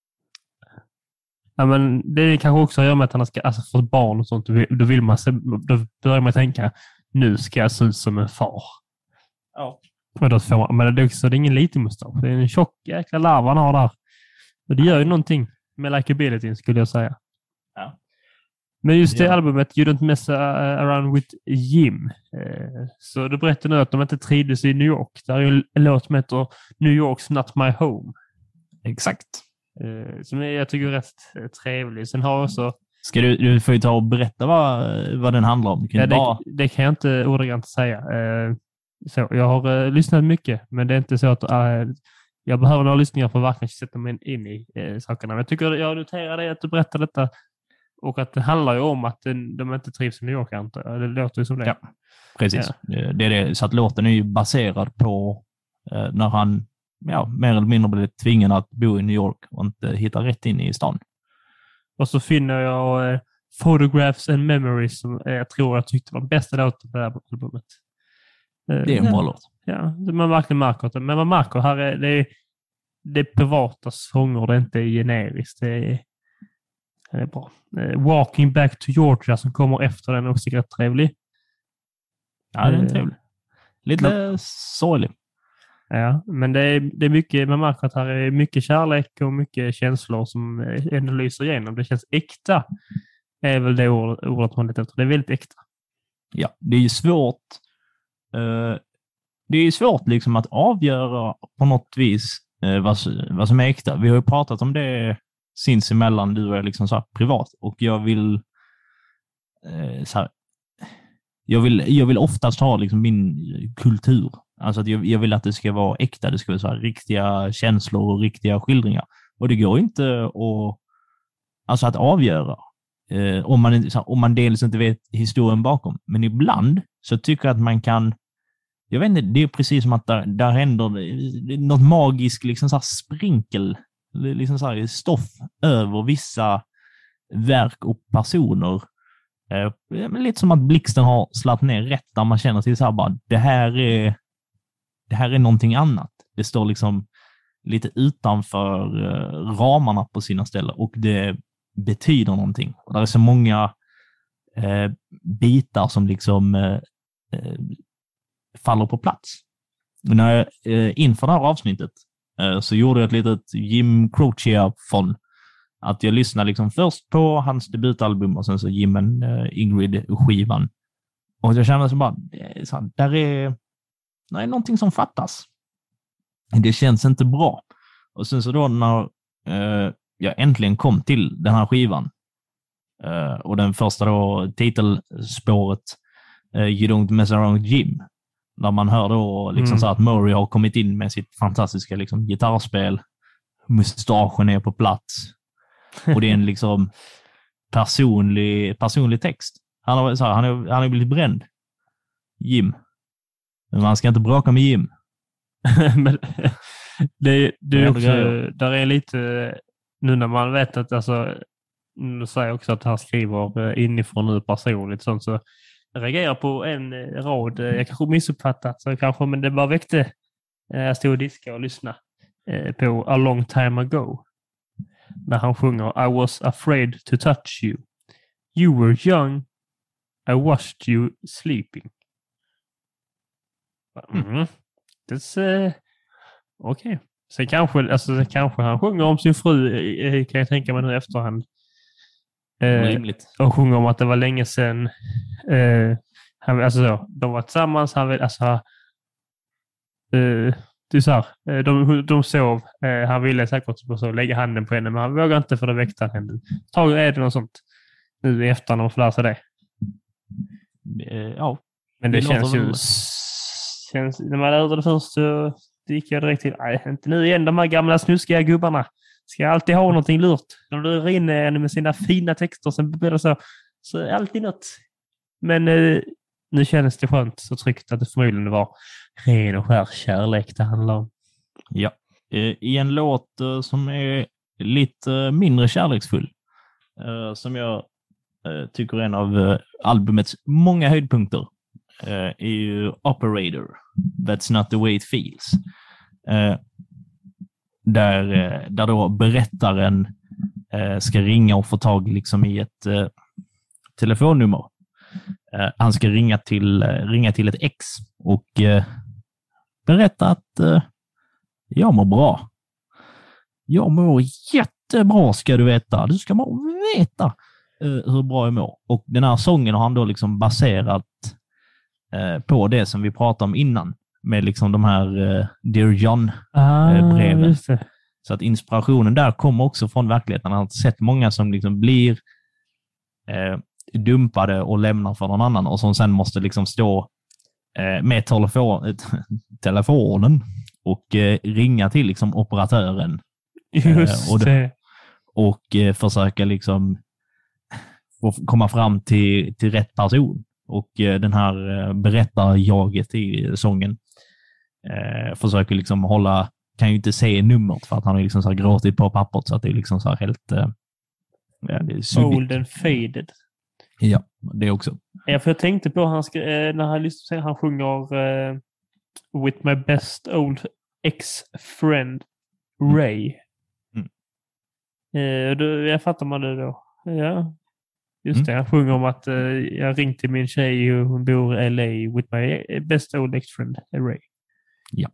Ja, men det kanske också gör med att han ska alltså, få barn och sånt. Då vill man se, då börjar man tänka, nu ska jag se ut som en far. Ja. Men, då får, men det är också det är ingen liten mustasch. Det är en tjock jäkla larv han har där. Och det gör ju någonting med likability, skulle jag säga. Ja. Men just det ja. albumet, You Don't Mess Around With Jim. Eh, så du berättar nu att de inte trivdes i New York. Där är ju en låt som heter New York's Not My Home. Exakt. Eh, som jag tycker är rätt trevlig. Sen har också... Ska du, du får ju ta och berätta vad, vad den handlar om. Ja, det, bara... det kan jag inte ordagrant säga. Eh, så, jag har uh, lyssnat mycket, men det är inte så att uh, jag behöver några lyssningar för att verkligen sätta mig in i uh, sakerna. Men jag tycker jag noterar det att du berättar detta och att det handlar ju om att den, de inte trivs i New York. Inte. Det låter ju som det. Ja, precis. Ja. Det är det. Så att låten är ju baserad på uh, när han ja, mer eller mindre blev tvingad att bo i New York och inte hitta rätt in i stan. Och så finner jag eh, Photographs and Memories som eh, jag tror jag tyckte var bästa låten på det här albumet. Eh, Det är en bra låt. Ja, man verkligen märker det. Men man märker här är det, är, det är privata sånger, det är inte generiskt. Det är, det är bra. Eh, Walking Back to Georgia som kommer efter den är också rätt trevlig. Ja, det är en trevlig. Lite men, sorglig. Ja, men det är, det är mycket, man märker att här är mycket kärlek och mycket känslor som ändå lyser igenom. Det känns äkta. Är väl det ordet, ordet man letar efter. Det är väldigt äkta. Ja, det är ju svårt. Uh, det är ju svårt liksom att avgöra på något vis uh, vad, vad som är äkta. Vi har ju pratat om det sinsemellan, du är liksom så här privat. Och jag vill uh, så här, jag vill, jag vill oftast ha liksom min kultur. Alltså att jag, jag vill att det ska vara äkta. Det ska vara så här riktiga känslor och riktiga skildringar. Och det går inte att, alltså att avgöra. Eh, om, man, om man dels inte vet historien bakom. Men ibland så tycker jag att man kan, jag vet inte, det är precis som att där, där händer det, något magiskt liksom så här sprinkel, liksom så här stoff över vissa verk och personer. Eh, lite som att blixten har slagit ner rätt där man känner till så här bara, det här är det här är någonting annat. Det står liksom lite utanför eh, ramarna på sina ställen och det betyder någonting. Och det är så många eh, bitar som liksom eh, eh, faller på plats. Men när jag, eh, inför det här avsnittet eh, så gjorde jag ett litet Jim Croce-fond. Att jag lyssnade liksom först på hans debutalbum och sen så Jim eh, Ingrid-skivan. Och jag kände så bara, det så här, där är det är någonting som fattas. Det känns inte bra. Och sen så då när eh, jag äntligen kom till den här skivan eh, och den första då titelspåret eh, You Don't Mess Around Jim, där man hör då liksom mm. så att Murray har kommit in med sitt fantastiska liksom gitarrspel, mustaschen är på plats och det är en liksom personlig, personlig text. Han har, så här, han har, han har blivit bränd. Jim. Men man ska inte bråka med Jim. Men det, det är också, där är lite, nu när man vet att, alltså, nu säger jag också att han skriver inifrån nu personligt, sånt, så jag reagerar på en rad, jag kanske missuppfattat, så kanske, men det bara väckte, jag stod och diskade och lyssnade på A Long Time Ago, när han sjunger I was afraid to touch you. You were young, I watched you sleeping. Mm. Det är uh, okej. Okay. Sen kanske, alltså, sen kanske han sjunger om sin fru, kan jag tänka mig nu efterhand. Rimligt. Uh, och sjunger om att det var länge sedan. Uh, han, alltså så, de var tillsammans. Han vill, alltså, uh, det är så här, uh, de, de sov. Uh, han ville säkert så lägga handen på henne, men han vågar inte för det väckte henne. Tag är det något sånt nu i efterhand om man får lära sig det. Uh, ja. Men det, det känns ju... Känns, när man lärde det först så gick jag direkt till, nej, inte nu igen, de här gamla snuskiga gubbarna ska alltid ha någonting lurt. De lurar in en med sina fina texter, sen blir det så, så är alltid något. Men eh, nu känns det skönt så tryggt att det förmodligen var ren och skär kärlek det handlar om. Ja, i en låt eh, som är lite mindre kärleksfull, eh, som jag eh, tycker är en av eh, albumets många höjdpunkter, Uh, är ju Operator, That's Not The Way It Feels. Uh, där, uh, där då berättaren uh, ska ringa och få tag liksom i ett uh, telefonnummer. Uh, han ska ringa till, uh, ringa till ett ex och uh, berätta att uh, jag mår bra. Jag mår jättebra, ska du veta. Du ska bara veta uh, hur bra jag mår. Och den här sången har han då liksom baserat på det som vi pratade om innan med liksom de här uh, Dear John-breven. Ah, så att inspirationen där kommer också från verkligheten. Han har sett många som liksom blir eh, dumpade och lämnar för någon annan och som sen måste liksom stå eh, med telefon, telefonen och eh, ringa till liksom operatören. Just eh, och, det. och eh, försöka liksom få komma fram till, till rätt person. Och eh, den här eh, berättarjaget i sången eh, försöker liksom hålla, kan ju inte se numret för att han har liksom så här gråtit på pappret så att det är liksom så här helt eh, Ja, det är subit. Old and Faded. Ja, det också. Ja, för jag tänkte på han ska, eh, när han lyssnar, han sjunger eh, With my best old ex-friend Ray. Mm. Eh, då, jag fattar man det då. Ja, just Mm. det. Han sjunger om att eh, jag ringde till min tjej och hon bor i L A with my best old ex-friend Ray. Ja.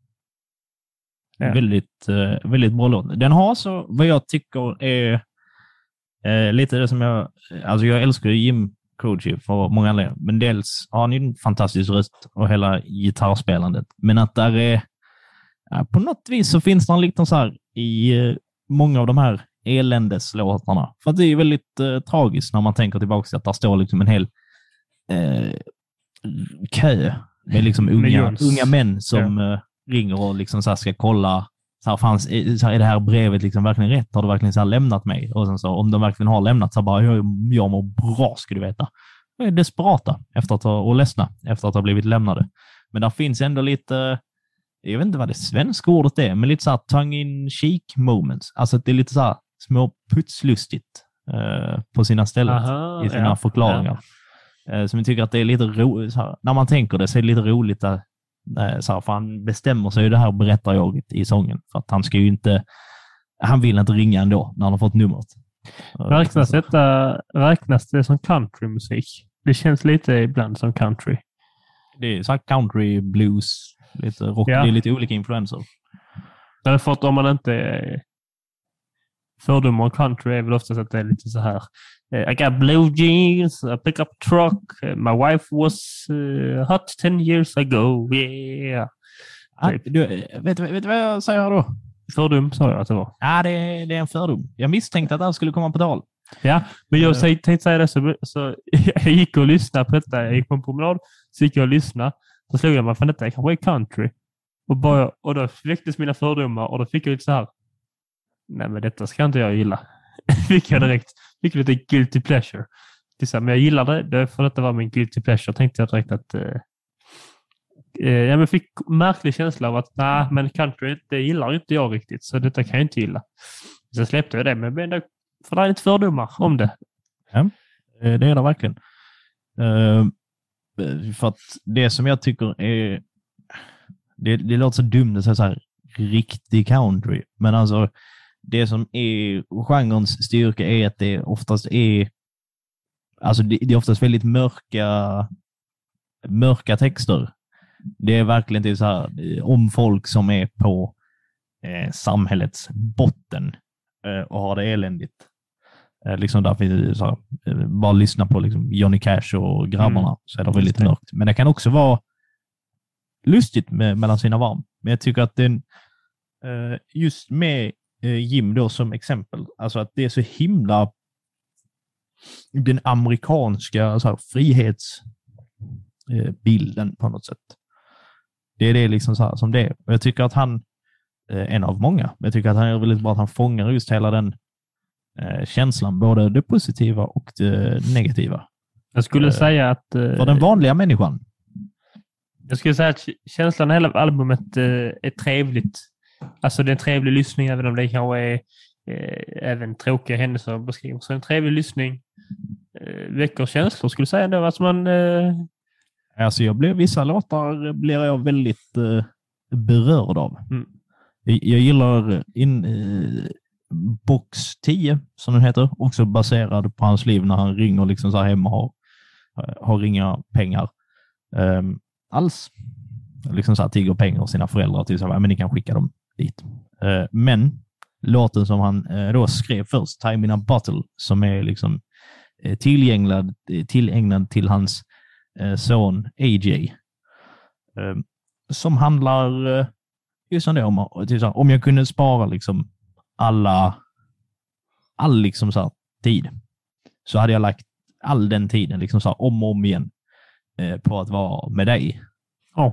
Ja. Väldigt, eh, väldigt bra låt. Den har så, vad jag tycker är eh, lite det som jag, alltså jag älskar Jim Croce för många anledningar, men dels har han ju en fantastisk röst och hela gitarrspelandet, men att där är, ja, på något vis så finns det en liten så här i eh, många av de här eländeslåtarna, för att det är väldigt eh, tragiskt när man tänker tillbaka till att där står liksom en hel eh, kö med liksom unga, unga män som ja. eh, ringer och liksom så här ska kolla så här, fanns, så här, är det här brevet liksom verkligen rätt? Har du verkligen så här lämnat mig? Och sen så, om de verkligen har lämnat så bara, jag, jag mår bra, ska du veta. Jag är desperata efter att ha, och ledsna efter att ha blivit lämnade. Men där finns ändå lite, jag vet inte vad det svenska ordet är, men lite så här tongue-in-cheek moments. Alltså att det är lite så här små putslustigt eh, på sina ställen. Aha, i sina ja, förklaringar. Ja. Eh, som jag tycker att det är lite roligt. När man tänker det så är det lite roligt att så här, för han bestämmer sig ju det här berättar jag i sången. För att han ska ju inte, han vill inte ringa ändå när han har fått numret. Räknas, detta, räknas det som countrymusik? Det känns lite ibland som country. Det är så här country, blues, lite rock, ja. Det är lite olika influenser. För att om man inte fördomar om country är väl oftast att det är lite så här. I got blue jeans, a pickup truck. My wife was uh, hot ten years ago. Yeah. Ah, du, vet, vet du vad jag säger då? Fördom sa jag att det var. Ja, det, det är en fördom. Jag misstänkte att det här skulle komma på tal. Ja, men jag uh. tänkte säga det så, så jag gick och lyssnade på detta. Jag gick på en promenad, så gick jag och lyssnade. Så slog jag mig för detta. Jag kanske är country. Och, bara, och då väcktes mina fördomar och då fick jag lite så här. Nej, men detta ska inte jag gilla. Fick jag direkt. Fick lite guilty pleasure. Det så här, men jag gillade det, för detta var min guilty pleasure. Tänkte jag direkt att eh, eh, jag men fick märklig känsla av att nej, men country, det gillar inte jag riktigt. Så detta kan jag inte gilla. Så släppte jag det, men ändå, för det är inte fördomar om det. Ja, det är det verkligen. Uh, för att det som jag tycker är det, det låter så dumt att säga så här riktig country. Men alltså det som är genrens styrka är att det oftast är alltså det, det är oftast väldigt mörka mörka texter. Det är verkligen det så här om folk som är på eh, samhällets botten eh, och har det eländigt. Eh, liksom där finns det så här, eh, bara lyssna på liksom Johnny Cash och grabbarna mm. så är det väldigt mörkt. Men det kan också vara lustigt med, mellan sina varm. Men jag tycker att den eh, just med Jim då som exempel, alltså att det är så himla den amerikanska så här, frihetsbilden på något sätt. Det är det liksom så här, som det är. Och jag tycker att han är en av många. Jag tycker att han är väldigt bra att han fångar just hela den eh, känslan, både det positiva och det negativa. Jag skulle eh, säga att eh, för den vanliga människan. Jag skulle säga att känslan i hela albumet eh, är trevligt. Alltså det är en trevlig lyssning, även om det kanske är eh, även tråkiga händelser och beskrivelser. Så en trevlig lyssning eh, väcker känslor, skulle jag säga ändå. Alltså man, eh... alltså jag blir, vissa låtar blir jag väldigt eh, berörd av. Mm. Jag, jag gillar in, eh, Box tio, som den heter, också baserad på hans liv när han ringer liksom så här hemma och har, har inga pengar eh, alls. Liksom så här tigger pengar och sina föräldrar till så här, men ni kan skicka dem dit. Uh, men låten som han uh, då skrev först, Time in a Bottle, som är liksom uh, tillägnad, tillägnad till hans uh, son A J. Uh, som handlar uh, just om det, om, så här, om jag kunde spara liksom alla all liksom så här, tid, så hade jag lagt all den tiden liksom så här, om och om igen uh, på att vara med dig. Ja.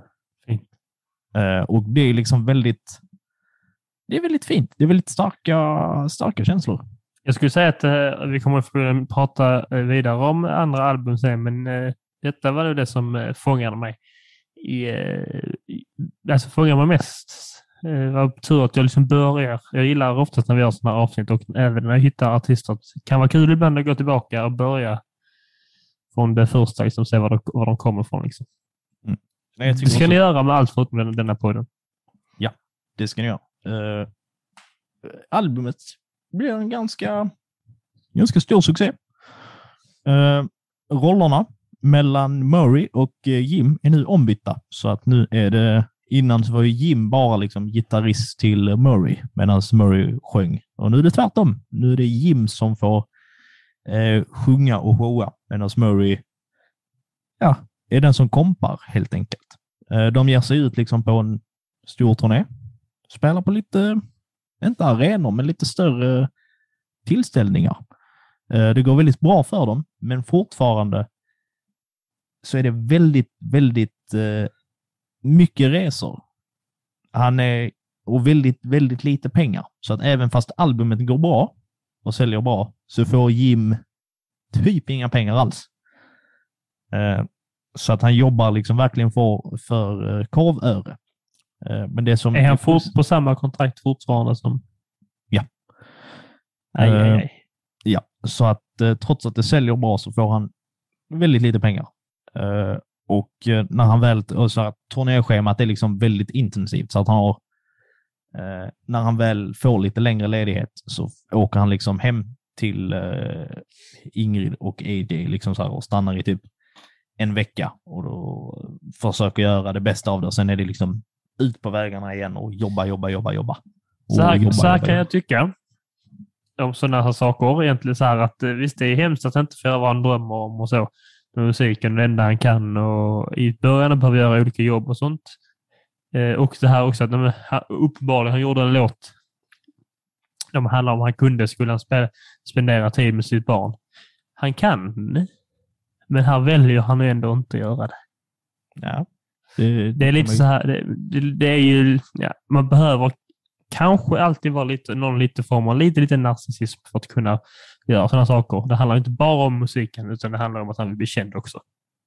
Uh, och det är liksom väldigt det är väldigt fint. Det är väldigt starka, starka känslor. Jag skulle säga att uh, vi kommer att prata uh, vidare om andra album sen, men uh, detta var det som uh, fångade mig. I, uh, alltså fångade mig mest Eh, vad tur att jag liksom börjar. Jag gillar oftast när vi gör sådana här avsnitt och även när jag hittar artister. Det kan vara kul ibland att gå tillbaka och börja från det första, liksom, se var de, var de kommer ifrån. Liksom. Mm. Nej, jag det ska också... ni göra med allt förutom den, denna podden. Ja, det ska ni göra. Uh, albumet blir en ganska, ganska stor succé. Uh, rollerna mellan Murray och Jim är nu ombytta. Så att nu är det, innan så var ju Jim bara liksom gitarrist till Murray medan Murray sjöng. Och nu är det tvärtom. Nu är det Jim som får eh, sjunga och showa medan Murray ja, är den som kompar helt enkelt. Eh, de ger sig ut liksom på en stor turné. Spelar på lite, inte arenor, men lite större tillställningar. Eh, det går väldigt bra för dem, men fortfarande så är det väldigt, väldigt eh, mycket resor. Han är och väldigt, väldigt lite pengar. Så att även fast albumet går bra och säljer bra så får Jim typ inga pengar alls. Eh, så att han jobbar liksom verkligen för, för eh, korvöre. Eh, men det som är han fort, på samma kontrakt fortfarande som... Ja. Aj, aj, aj. Eh, ja, så att eh, trots att det säljer bra så får han väldigt lite pengar. Uh, och uh, när han väl, och så att turnéschemat är liksom väldigt intensivt så att han har, uh, när han väl får lite längre ledighet så åker han liksom hem till uh, Ingrid och A J liksom så här, och stannar i typ en vecka och då försöker göra det bästa av det och sen är det liksom ut på vägarna igen och jobba, jobba, jobba, jobba. Så här, jobba, så här jobba, kan jobba. jag tycka om sådana här saker egentligen så här att visst det är hemskt att inte få göra vad han drömmer om och så. Musiken, det enda han kan och i början behöver göra olika jobb och sånt. Eh, och det här också att de, uppenbarligen han gjorde en låt de handlar om han kunde skulle han spela, spendera tid med sitt barn. Han kan, men här väljer han ändå inte göra det. Ja. Det, det är lite så här, det, det, det är ju, ja, man behöver kanske alltid vara lite, någon lite form av lite, lite narcissism för att kunna göra sådana saker. Det handlar inte bara om musiken utan det handlar om att han vill bli känd också.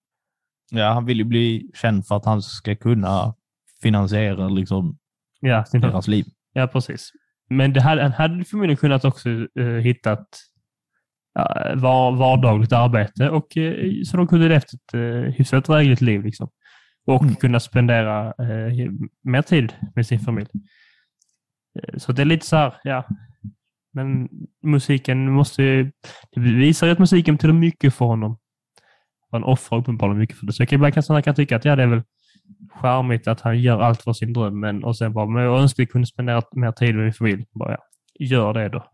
Ja, han vill ju bli känd för att han ska kunna finansiera liksom ja, deras liv. Ja, precis. Men det hade, han hade förmodligen kunnat också uh, hittat uh, var, vardagligt arbete och uh, så de kunde levt ett uh, hyfsat drägligt liv liksom. Och mm. kunna spendera uh, mer tid med sin familj. Uh, så det är lite så här, ja. Men musiken måste ju, det visar ju att musiken betyder mycket för honom. Han offrar uppenbarligen mycket för det. Så jag kan ibland kan, kan tycka att ja, det är väl charmigt att han gör allt för sin dröm, men och sen bara, men jag önskar att vi kunde spendera mer tid med min familj. Bara, ja, gör det då.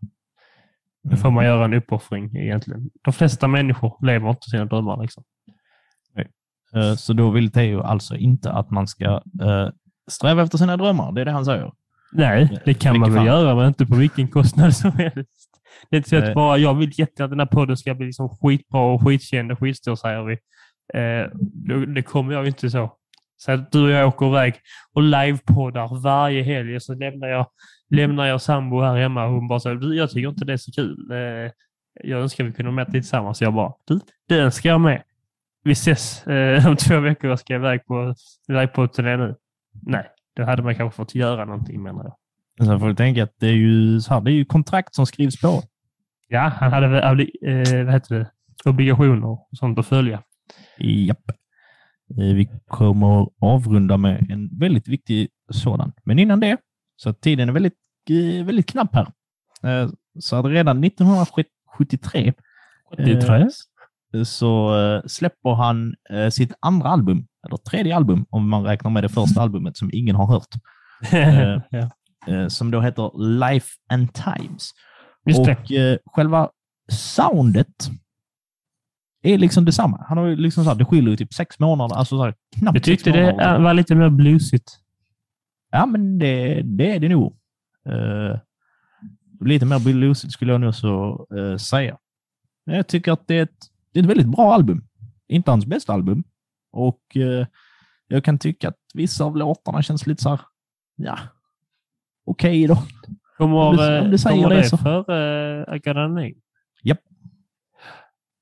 Då får man göra en uppoffring egentligen. De flesta människor lever inte sina drömmar liksom. Nej. Uh, så då vill Theo alltså inte att man ska uh, sträva efter sina drömmar. Det är det han säger. Nej, det kan man väl fan göra, men inte på vilken kostnad som helst. Det är inte så att bara, jag vill jättegärna att den här podden ska bli liksom skitbra och skitkänd och skitstor, säger vi. Eh, det, det kommer jag inte så. Så att du och jag åker iväg och livepoddar varje helg, så lämnar jag, lämnar jag sambo här hemma och hon bara säger, du, jag tycker inte det är så kul. Eh, jag önskar vi kunde mäta tillsammans. Så jag bara, du, det önskar jag med. Vi ses eh, om två veckor och ska iväg på livepodd-turné nu. Nej. Då hade man kanske fått göra någonting, menar jag. Så får du tänka att det är ju, så här, det är ju kontrakt som skrivs på. Ja, han hade väl eh, vad heter det? Obligationer och sånt att följa. Japp. Eh, vi kommer avrunda med en väldigt viktig sådan. Men innan det, så tiden är väldigt, eh, väldigt knapp här. Eh, så att redan nittonhundrasjuttiotre eh, så eh, släpper han eh, sitt andra album, eller tredje album, om man räknar med det första albumet som ingen har hört. eh, ja. eh, som då heter Life and Times. Just och det. Eh, själva soundet är liksom detsamma. Han har ju liksom så här, det skiljer ju typ sex månader, alltså så här, knappt. Jag tyckte det var lite mer bluesigt. Ja, men det, det är det nog. Uh, lite mer bluesigt skulle jag nog så uh, säga. Jag tycker att det är ett, det är ett väldigt bra album. Inte hans bästa album. Och uh, jag kan tycka att vissa av låtarna känns lite så här, ja, okej okay då. Kommer, om du, om du säger kommer det, det så. för uh, I Got a Name? Japp.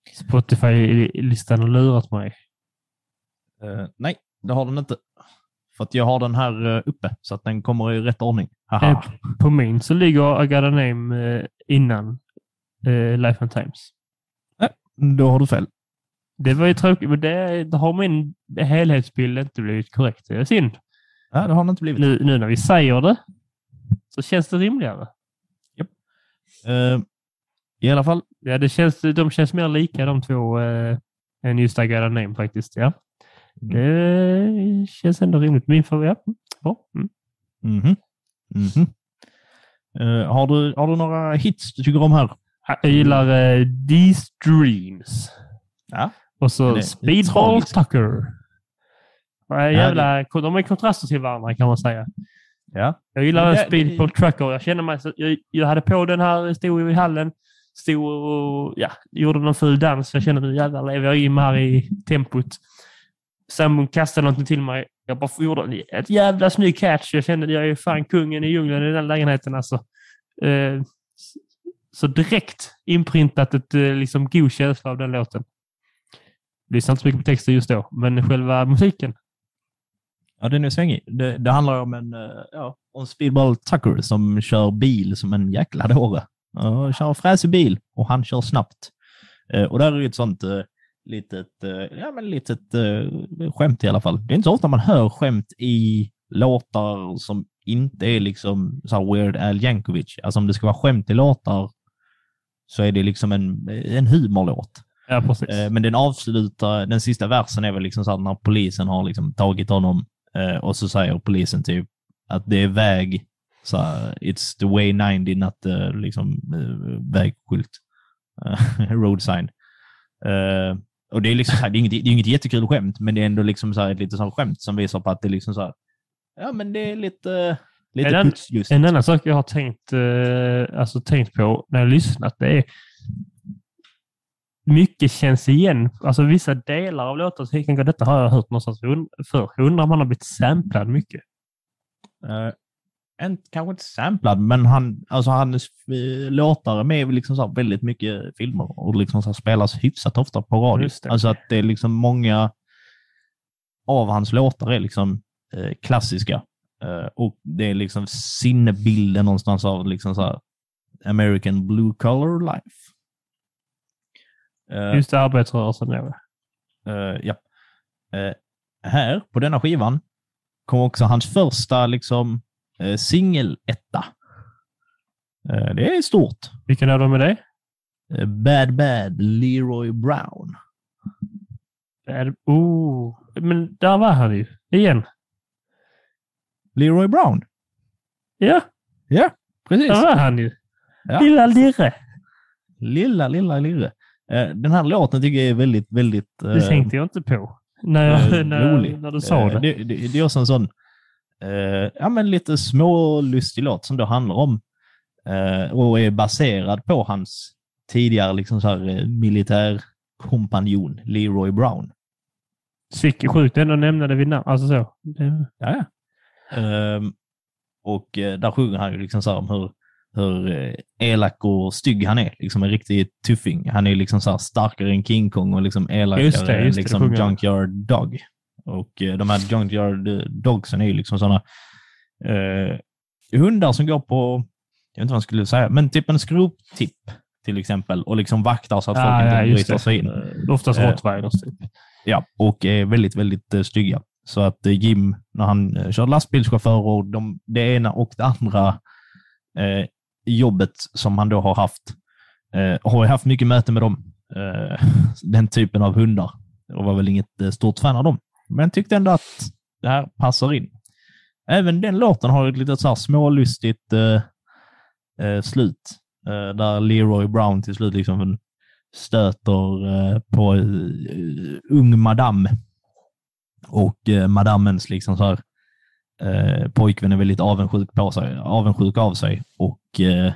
Spotify-listan har lurat mig. Uh, nej, det har den inte. för att jag har den här uh, uppe så att den kommer i rätt ordning. Eh, på min så ligger I Got a Name eh, innan eh, Life and Times. Nej, då har du fel. Det var ju tråkigt, men det, det har min helhetsbild inte blivit korrekt. Det är synd. Ja, det har den inte blivit. Nu, nu när vi säger det så känns det rimligare. Yep. Uh, I alla fall. Ja, det känns, de känns mer lika de två uh, än just I Got a Name faktiskt. Ja. Mm. Det känns ändå rimligt. Min favorit. Ja. Mm. Mm-hmm. Mm-hmm. Uh, har, du, har du några hits du tycker om här? Jag gillar uh, These Dreams. Ja. Och så Speedball Tucker. Ja, jävla, ja, de är kontraster till varandra kan man säga. Ja. Jag gillar det, Speedball det... Trucker. Jag känner mig så, jag, jag hade på den här, stod i hallen, stod och ja, gjorde någon ful dans. Jag kände att jävlar lever jag in här i tempot. Sen kastade någonting till mig. Jag bara gjorde ett jävla snygg catch. Jag kände att jag är fan kungen i djungeln i den lägenheten alltså. Eh, så direkt inprintat ett liksom god känsla av den låten. Det är inte så mycket på texten just då, men själva musiken. Ja, den är svängig. Det, det handlar om en ja, om Speedball Tucker som kör bil som en jäkla dåre. Uh, kör fräsig bil och han kör snabbt. Uh, och där är det ett sånt uh, litet, uh, ja, men litet uh, skämt i alla fall. Det är inte så ofta man hör skämt i låtar som inte är liksom så här Weird Al Yankovic. Alltså om det ska vara skämt i låtar så är det liksom en, en humorlåt. Ja, precis. Uh, men den avslutar, den sista versen är väl liksom så att när polisen har liksom tagit honom uh, och så säger polisen typ att det är väg. Så it's the way nittio, not uh, liksom uh, vägskylt. Uh, road sign. Uh, och det är liksom så här, det är inget, det är inget jättekul skämt, men det är ändå liksom så här ett lite sånt skämt som visar på att det är liksom så här, ja men det är lite uh, lite en, putsljust. En annan sak jag har tänkt uh, alltså tänkt på när jag lyssnat, det är mycket känns igen. Alltså vissa delar av låtar så jag, detta har jag hört någonstans för. Jag undrar om man har blivit samplad mycket. Uh, En, kanske inte samplad, men han, alltså hans låtar är med liksom så väldigt mycket filmer och liksom så spelas hyfsat ofta på radio. Alltså att det är liksom många av hans låtar är liksom eh, klassiska eh, och det är liksom sinnebilden någonstans av liksom så här American Blue Collar Life. Eh, Just det, arbetsrörelsen. Eh, ja. Eh, här på denna skivan kom också hans första liksom Uh, singel-etta. Uh, det är stort. Vilken är de med det? Uh, Bad Bad, Leroy Brown. Bad, oh, men där var han ju. Igen. Leroy Brown? Ja. Ja, precis. Där var han ju. Ja. Lilla Lirre. Lilla, lilla Lirre. Uh, den här låten tycker jag är väldigt, väldigt... Uh, det tänkte jag inte på. När, jag, uh, när, när du sa uh, det. det. Det, det är också en sån Uh, ja, men lite smålustig låt som det handlar om uh, och är baserad på hans tidigare liksom så här, uh, militärkompanjon Leroy Brown. Sick sjukt ändå nämnade vi namn. Alltså så. Det... Ja, ja. Uh, och uh, där sjunger han ju liksom så här om hur, hur uh, elak och stygg han är. Liksom en riktig tuffing. Han är liksom så här starkare än King Kong och liksom elakare just det, just än liksom det, Junkyard Dog. Och eh, de här Junkyard Dogsen är ju liksom sådana eh, hundar som går på, jag vet inte vad man skulle säga, men typ en skrovtipp till exempel och liksom vaktar så att ah, folk ja, inte bryter sig in. Oftast eh, rottweilers typ. Ja, och är väldigt, väldigt eh, stygga. Så att eh, Jim, när han eh, kör lastbilschaufför och de, det ena och det andra eh, jobbet som han då har haft, eh, har jag haft mycket möte med dem. Eh, den typen av hundar. Och var väl inget eh, stort fan av dem. Men tyckte ändå att det här passar in. Även den låten har ett litet så här smålustigt eh, eh, slut. Eh, där Leroy Brown till slut liksom stöter eh, på eh, ung madame. Och eh, madammens liksom så här, eh, pojkvän är väldigt avundsjuk på sig, avundsjuk av sig. Och eh,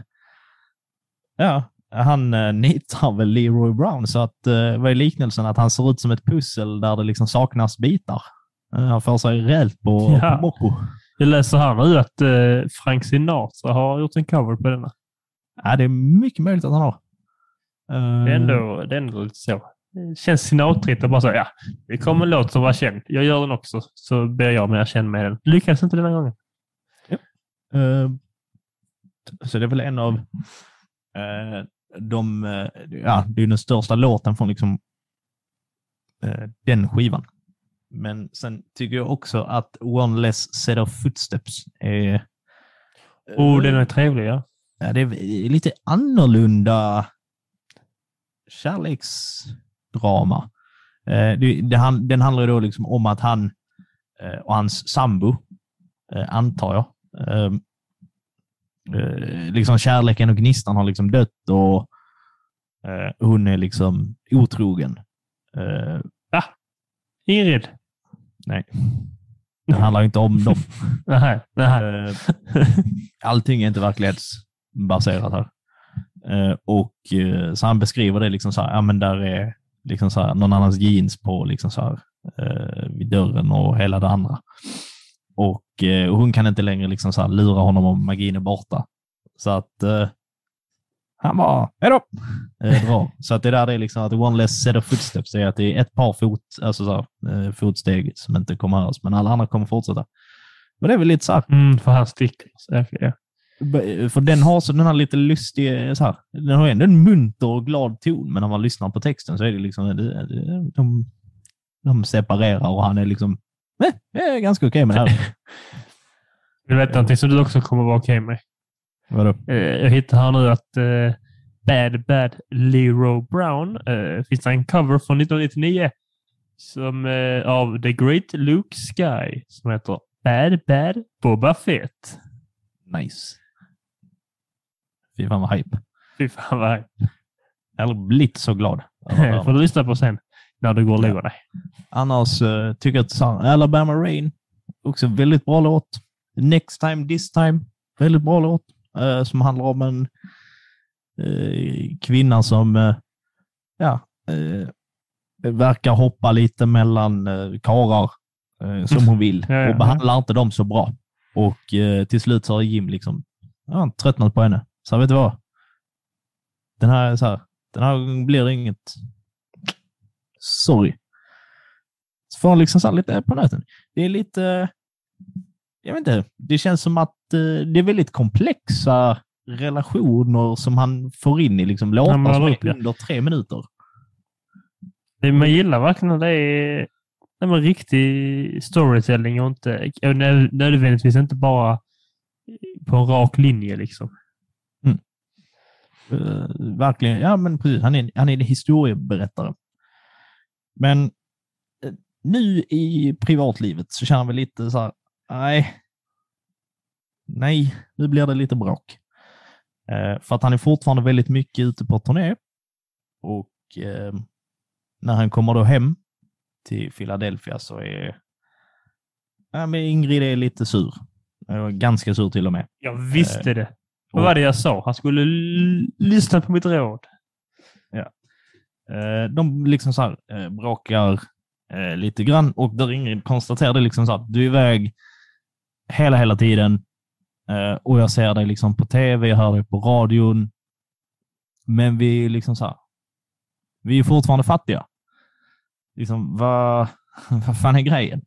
ja, han eh, nitar väl Leroy Brown så att eh, vad är liknelsen? Att han ser ut som ett pussel där det liksom saknas bitar. Eh, han får sig rejält på, ja. på mocko. Jag läser här nu att eh, Frank Sinatra har gjort en cover på denna. Ja, det är mycket möjligt att han har. Uh, det, är ändå, det är ändå lite så. känns sinatrigt och bara så, ja, det kommer en låt som var känd. Jag gör den också, så ber jag mig känna med den. Lyckades inte den här gången. Ja. Uh, så det är väl en av uh, de, uh, ja, det är den största låten från liksom uh, den skivan. Men sen tycker jag också att One Less Set of Footsteps är... Uh, oh, den är trevlig, ja. Ja, det är lite annorlunda kärleksdrama. Eh, det, det, han, den handlar ju då liksom om att han eh, och hans sambo, eh, antar jag, eh, eh, liksom kärleken och gnistan har liksom dött och eh, hon är liksom otrogen. Eh, ja, Ingrid. Nej. Det handlar ju inte om dem. Nej, nej. Eh, allting är inte verklighetsbaserat här. Uh, och uh, så han beskriver det liksom så här, ja men där är liksom så här, någon annans jeans på liksom så här, uh, vid dörren och hela det andra. Och uh, hon kan inte längre liksom så här lura honom om magin är borta. Så att uh, han bara, hejdå! Uh, bra. Så att det där är liksom att one less set of footsteps är att det är ett par fot, alltså så här, uh, fotsteg som inte kommer höras, men alla andra kommer fortsätta. Men det är väl lite så här. Mm, för han sticker. Ja. För den har så den här lite lustig så här, den har ändå en munter och glad ton, men när man lyssnar på texten så är det liksom det, det, de, de separerar och han är liksom nej, det är ganska okej med det här. Du vet någonting som du också kommer vara okej med. Vadå? Jag hittar här nu att uh, Bad Bad Leroy Brown uh, finns det en cover från nittonhundranittionio som uh, av The Great Luke Sky som heter Bad Bad Boba Fett. Nice. Fy fan vad hype. Fy fan vad hype. Jag har blivit så glad. Får du lyssna på sen när du går och lägger dig. Annars uh, tycker jag att så, Alabama Rain också väldigt bra låt. Next Time This Time väldigt bra låt uh, som handlar om en uh, kvinna som uh, ja uh, verkar hoppa lite mellan uh, karar uh, som hon vill ja, ja, och behandlar inte dem så bra. Och uh, till slut så har Jim liksom ja, tröttnat på henne. Så vet du vad? Den här, så här, den här blir inget. Sorry. Så får han liksom så här lite på nöten. Det är lite, jag vet inte, det känns som att uh, det är väldigt komplexa relationer som han får in i liksom låtar som är under tre minuter. Det man gillar verkligen det är, det är en riktig storytelling och inte nödvändigtvis inte bara på en rak linje liksom. Mm. Uh, verkligen, ja men precis, han är, han är en historieberättare. Men uh, nu i privatlivet så känner vi lite så här, nej, nej, nu blir det lite bråk. Uh, för att han är fortfarande väldigt mycket ute på turné och uh, när han kommer då hem till Philadelphia så är ja, men Ingrid är lite sur. Ganska sur till och med. Jag visste det. Vad var det jag sa? Han skulle l- lyssna på mitt råd. Ja. De liksom så här bråkar lite grann och där Ingrid konstaterade liksom så att du är iväg hela, hela tiden och jag ser dig liksom på tv, jag hör dig på radion. Men vi är liksom så här, vi är fortfarande fattiga. Liksom, vad, vad fan är grejen?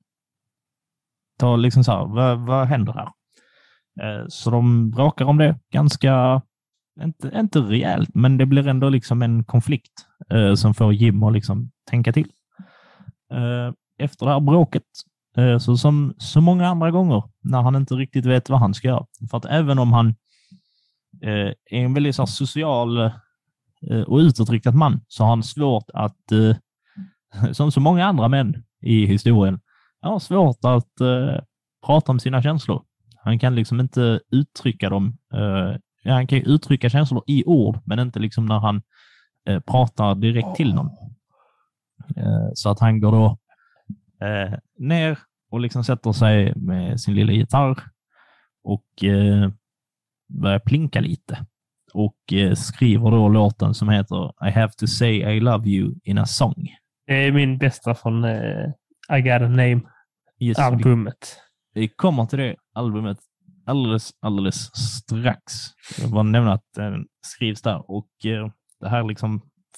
Ta liksom så här, vad, vad händer här? Eh, så de bråkar om det ganska, inte, inte rejält, men det blir ändå liksom en konflikt eh, som får Jim att liksom tänka till. Eh, efter det här bråket, eh, så som så många andra gånger när han inte riktigt vet vad han ska göra. För att även om han eh, är en väldigt så här, social eh, och utåtriktad man så har han svårt att eh, som så många andra män i historien har svårt att uh, prata om sina känslor. Han kan liksom inte uttrycka dem. Uh, ja, han kan uttrycka känslor i ord, men inte liksom när han uh, pratar direkt till någon. Uh, så att han går då uh, ner och liksom sätter sig med sin lilla gitarr och uh, börjar plinka lite. Och uh, skriver då låten som heter I have to say I love you in a song. Det är min bästa från uh, I got a name. Yes, albumet. Vi kommer till det albumet alldeles, alldeles strax. Jag vill bara nämna att den skrivs där och eh, det här liksom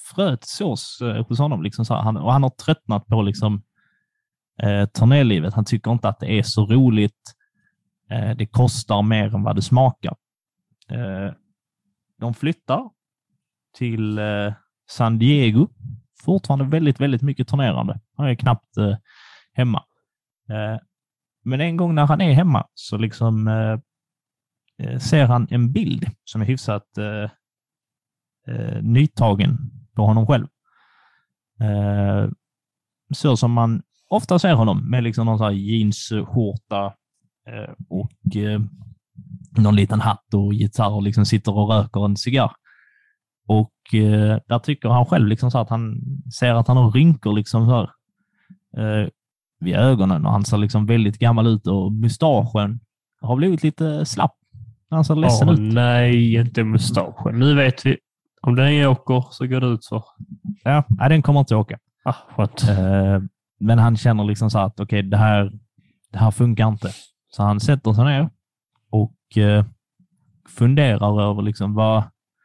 fröet sås eh, hos honom. Liksom så här. Han, och han har tröttnat på liksom, eh, turnélivet. Han tycker inte att det är så roligt. Eh, det kostar mer än vad det smakar. Eh, de flyttar till eh, San Diego. Fortfarande väldigt, väldigt mycket turnerande. Han är knappt eh, hemma. Eh, men en gång när han är hemma så liksom eh, ser han en bild som är hyfsat eh, eh, nytagen på honom själv. Eh, så som man ofta ser honom med liksom någon sån här jeansskjorta eh, och eh, någon liten hatt och gitarr och liksom sitter och röker en cigarr. Och eh, där tycker han själv liksom så att han ser att han har rynkor liksom så här, eh, vid ögonen och han ser liksom väldigt gammal ut och mustaschen har blivit lite slapp. Han ser ledsen oh, ut. Nej, inte mustaschen. Nu vet vi. Om den åker så går det ut så. Ja, nej, den kommer inte åka. Ah, skönt. Eh, men han känner liksom så att okej, okay, det, här, det här funkar inte. Så han sätter sig ner och eh, funderar över liksom vad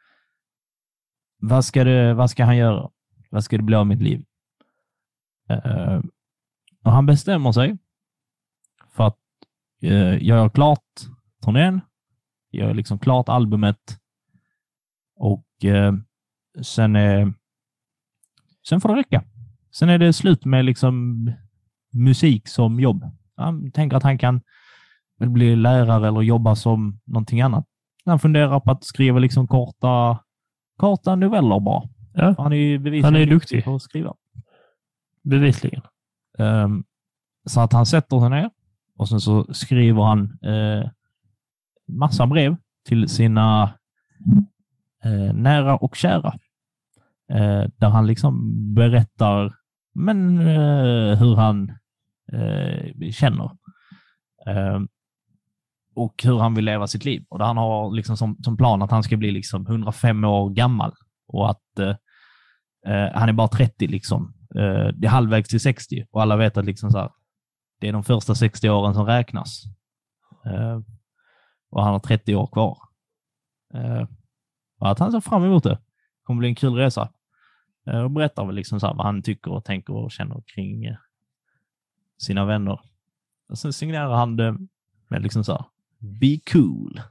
vad ska, det, vad ska han göra? Vad ska det bli av mitt liv? Eh, och han bestämmer sig för att eh, göra klart turnén. Gör liksom klart albumet och eh, sen, eh, sen får det räcka. Sen är det slut med liksom musik som jobb. Han tänker att han kan väl bli lärare eller jobba som någonting annat. Han funderar på att skriva liksom korta, korta noveller bara. Ja. Han är ju bevisligen han är duktig på att skriva. Bevisligen. Um, så att han sätter sig ner och sen så skriver han eh, massa brev till sina eh, nära och kära. Eh, där han liksom berättar men eh, hur han eh, känner. Eh, och hur han vill leva sitt liv. Och där han har liksom som, som plan att han ska bli liksom hundrafem år gammal. Och att eh, eh, han är bara trettio liksom. Eh, det är halvvägs till sextio. Och alla vet att liksom så här, det är de första sextio åren som räknas. Eh, och han har trettio år kvar. Eh, och att han ser fram emot det. Det kommer bli en kul resa. Eh, och berättar väl liksom så här vad han tycker och tänker och känner kring eh, sina vänner. Och sen signerar han det med liksom så här, be cool.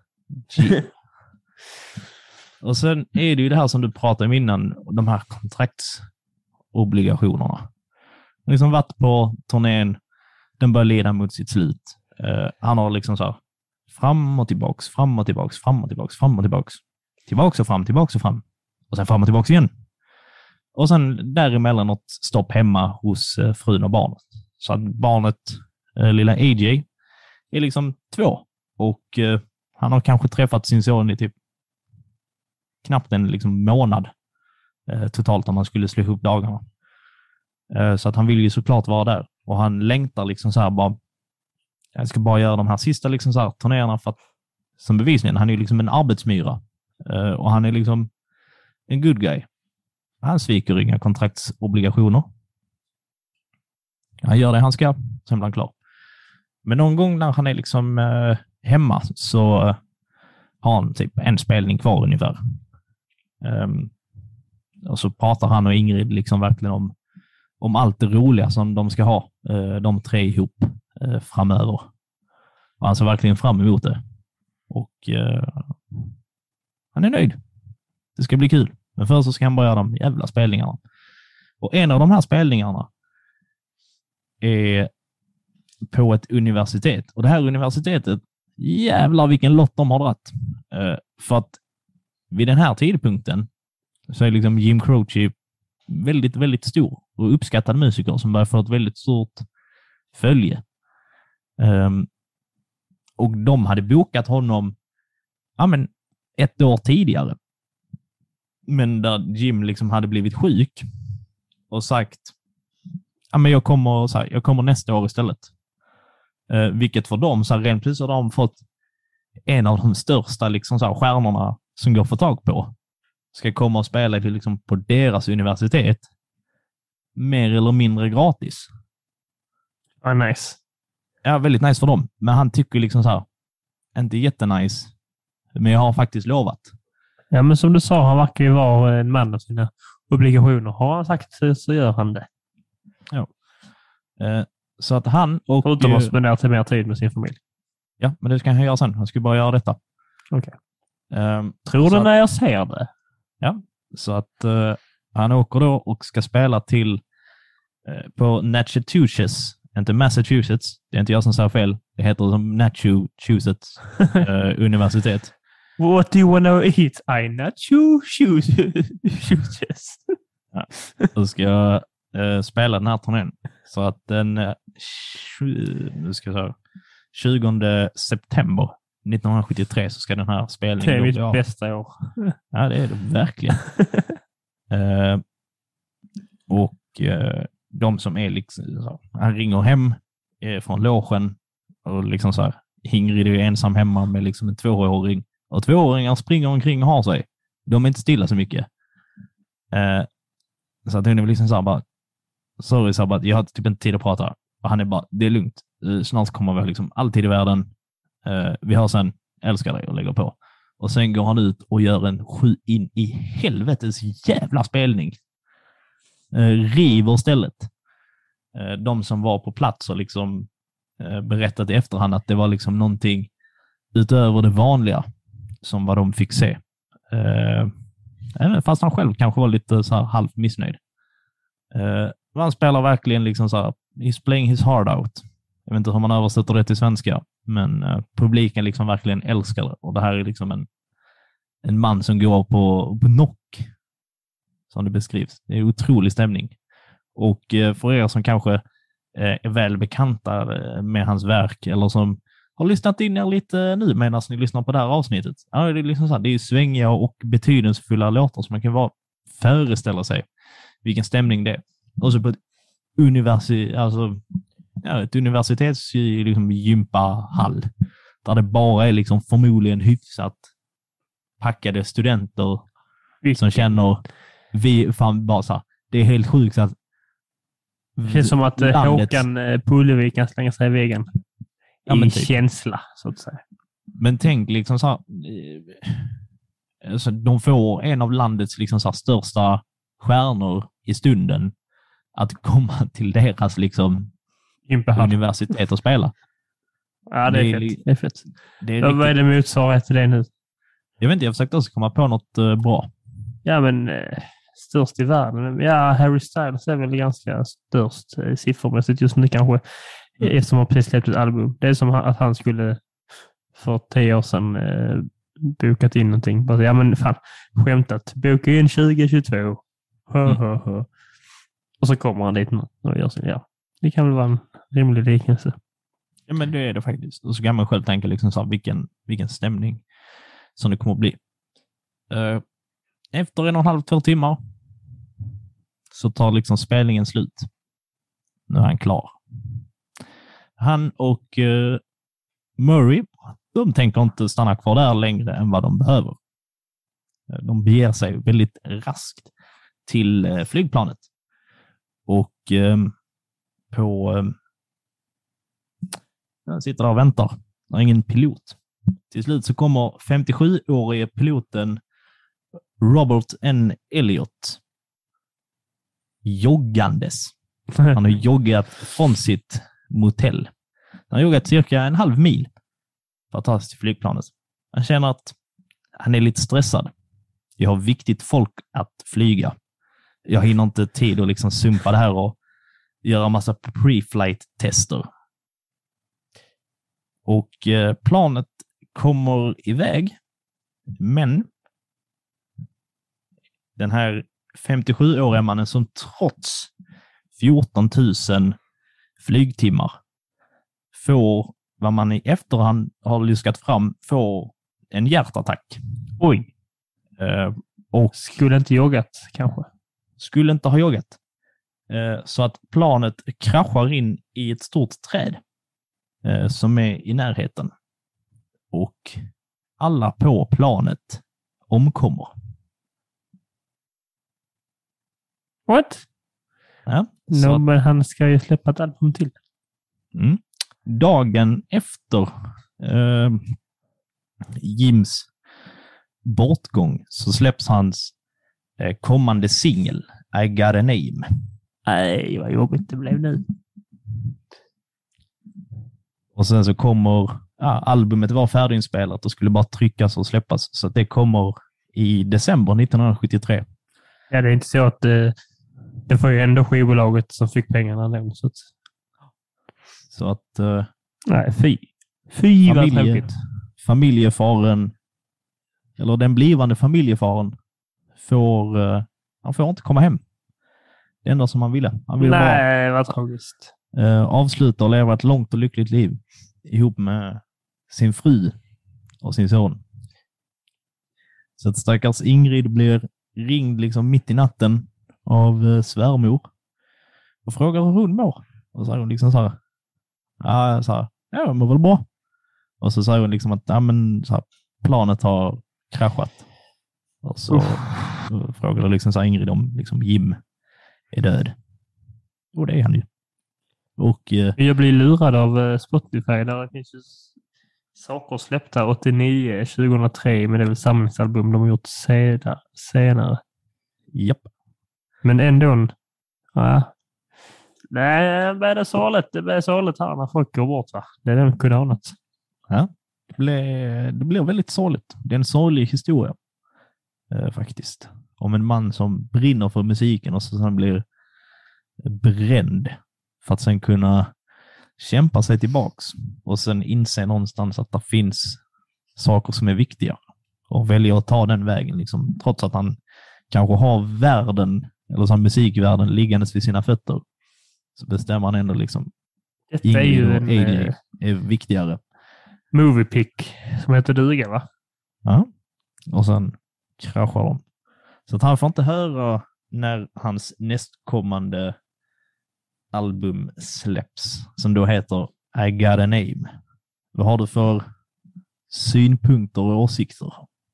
Och sen är det ju det här som du pratade om innan, de här kontraktsobligationerna. Han har liksom varit på turnén, den börjar leda mot sitt slut. Uh, han har liksom så här, fram och tillbaks, fram och tillbaks, fram och tillbaks, fram och tillbaks. Tillbaks och fram, tillbaks och fram. Och sen fram och tillbaks igen. Och sen däremellan något stopp hemma hos uh, frun och barnet. Så att barnet, uh, lilla A J, är liksom två. Och uh, han har kanske träffat sin son i typ knappt en liksom månad uh, totalt om man skulle slå ihop dagarna. Uh, så att han vill ju såklart vara där. Och han längtar liksom så här bara, jag ska bara göra de här sista liksom så här turnéerna för att, som bevisningen, han är ju liksom en arbetsmyra. Uh, och han är liksom en good guy. Han sviker inga kontraktsobligationer. Han gör det han ska, sen blir han klar. Men någon gång när han är liksom uh, hemma så uh, har han typ en spelning kvar ungefär. Um, och så pratar han och Ingrid liksom verkligen om, om allt det roliga som de ska ha, uh, de tre ihop uh, framöver. Och han ser verkligen fram emot det. Och uh, han är nöjd. Det ska bli kul. Men först så ska han bara göra de jävla spelningarna. Och en av de här spelningarna är på ett universitet. Och det här universitetet, jävlar vilken lott de har dratt. Uh, för att vid den här tidpunkten så är liksom Jim Croce väldigt, väldigt stor och uppskattad musiker som börjar få ett väldigt stort följe. Um, och de hade bokat honom ja, men ett år tidigare. Men där Jim liksom hade blivit sjuk och sagt ja, men jag kommer, så här, jag kommer nästa år istället. Uh, vilket för dem, så här, rent precis har de fått en av de största liksom, så här, stjärnorna som går att få tag på ska komma och spela liksom, på deras universitet mer eller mindre gratis. Ah, nice. Ja, väldigt nice för dem. Men han tycker liksom så här, inte jättenice, men jag har faktiskt lovat. Ja, men som du sa, han verkar ju vara en man av sina obligationer har han sagt, så gör han det. Ja. Eh, så att han och... Förutom att spendera till mer tid med sin familj. Ja, men det ska han göra sen. Han ska bara göra detta. Okej. Okay. Eh, Tror du när jag ser det? Ja, så att eh, han åker då och ska spela till eh, på Massachusetts. Inte Massachusetts. Det är inte jag som säger fel. Det heter som Massachusetts eh, universitet. What do you want to eat? I Massachusetts. Ja, då ska jag eh, spela den här turnén. Så att den eh, nu ska jag säga, tjugonde september nittonhundrasjuttiotre så ska den här spelningen... Det är mitt ja. bästa år. Ja, det är det verkligen. uh, och uh, de som är liksom... Så, han ringer hem eh, från logen och liksom så här, Ingrid är ensam hemma med liksom en tvååring. Och tvååringar springer omkring och har sig. De är inte stilla så mycket. Uh, så att hon är liksom så här bara... Sorry, så här bara, jag har typ inte tid att prata. Och han är bara, det är lugnt. Uh, snart kommer vi liksom alltid i världen. Uh, vi har sen älskar dig och lägger på. Och sen går han ut och gör en sju in i helvetes jävla spelning. Uh, river stället. Uh, de som var på plats och liksom uh, berättat i efterhand att det var liksom någonting utöver det vanliga som vad de fick se. Uh, fast han själv kanske var lite så här halvt missnöjd. Uh, han spelar verkligen liksom så här, he's playing his heart out. Jag vet inte hur man översätter det till svenska, men uh, publiken liksom verkligen älskar det. Och det här är liksom en, en man som går på, på knock, som det beskrivs. Det är otrolig stämning. Och uh, för er som kanske uh, är väl bekanta med hans verk, eller som har lyssnat in er lite nu medan ni lyssnar på det här avsnittet. Ja, det är liksom så här, det är svängiga och betydelsefulla låtar som man kan bara föreställa sig vilken stämning det är. Och så på ett universitet, alltså ja, ett universitets liksom, gympahall där det bara är liksom förmodligen hyfsat packade studenter Vilken? som känner vi fan bara så här, det är helt sjukt att det känns som att landets... Håkan på Ullevi kan slänga sig i vägen ja, i typ. känsla så att säga. Men tänk liksom så här, alltså, de får en av landets liksom så här, största stjärnor i stunden att komma till deras liksom universitet och spela. Ja, det är, det är fett. Det är fett. Det är Vad riktigt... är det motsvarighet till det nu? Jag vet inte, jag försökte också komma på något uh, bra. Ja, men uh, störst i världen. Ja, Harry Styles är väl ganska störst uh, siffermässigt just nu kanske. Mm. Eftersom han precis släppt ett album. Det är som att han skulle för tio år sedan uh, bokat in någonting. Bara, ja, men fan, skämtat. Boka in tjugo tjugotvå. Hö, hö, hö. Och så kommer han dit nu och gör så. Ja, det kan väl vara en rimlig liknelse. Ja, men det är det faktiskt. Och så kan man själv tänka liksom så här, vilken, vilken stämning som det kommer att bli. Uh, efter en och en halv, två timmar så tar liksom spelningen slut. Nu är han klar. Han och uh, Murray, de tänker inte stanna kvar där längre än vad de behöver. Uh, de beger sig väldigt raskt till uh, flygplanet. Och um, på... Um, han sitter där och väntar. Det är ingen pilot. Till slut så kommer femtiosjuårige piloten Robert N. Elliott joggandes. Han har joggat från sitt motell. Han har joggat cirka en halv mil för att ta sig till flygplanet. Han känner att han är lite stressad. Jag har viktigt folk att flyga. Jag hinner inte tid att liksom sumpa det här och göra massa pre-flight-tester. Och eh, planet kommer iväg, men den här femtiosjuåriga mannen som trots fjorton tusen flygtimmar får, vad man i efterhand har luskat fram, får en hjärtattack. Oj. Eh, och skulle inte joggat kanske. Skulle inte ha joggat. Eh, så att planet kraschar in i ett stort träd eh, som är i närheten. Och alla på planet omkommer. What? Ja, no, att, men han ska ju släppa ett album till. Mm. Dagen efter eh, Jims bortgång så släpps hans eh, kommande singel, I Got a Name. Nej, vad jobbigt det blev nu. Och sen så kommer ja, albumet var färdiginspelat och skulle bara tryckas och släppas. Så det kommer i december nittonhundrasjuttiotre. Ja, det är inte så att det, det får ju ändå skivbolaget som fick pengarna då. Så att, så att uh, nej, fy. Fy vad familje, tråkigt. Familjefaren, eller den blivande familjefaren, får, uh, han får inte komma hem. Det enda som han ville. Han ville nej, bara, vad tragiskt. Uh, avsluta och leva ett långt och lyckligt liv ihop med sin fru och sin son. Så att stackars Ingrid blir ringd liksom mitt i natten av uh, svärmor och frågar hur hon mår. Och så säger hon liksom så här, ja, så här, ja, jag mår väl bra. Och så säger hon liksom att ja, men, så här, planet har kraschat. Och så uh, frågar liksom så här Ingrid om liksom, Jim är död. Och det är han ju. Och, uh, jag blir lurad av uh, Spotify där det finns ju saker släppta åttionio tjugohundratre, men det är väl samlingsalbum de har gjort senare. senare. Japp. Men ändå, ja. Nej, det blir sorgligt. Det blir sorgligt här när folk går bort, va? Det är det man kunde ha något. Ja, det blir, det blir väldigt sorgligt. Det är en sorglig historia, eh, faktiskt. Om en man som brinner för musiken och så sen blir bränd för att sen kunna kämpa sig tillbaks och sen inse någonstans att det finns saker som är viktiga och välja att ta den vägen, liksom, trots att han kanske har världen eller så musikvärlden liggandes vid sina fötter, så bestämmer han ändå liksom Detta är ju en A J är viktigare. Movie pick som heter duga, va? Ja, och sen kraschar de. Så att han får inte höra när hans nästkommande album släpps, som då heter I Got a Name. Vad har du för synpunkter och åsikter?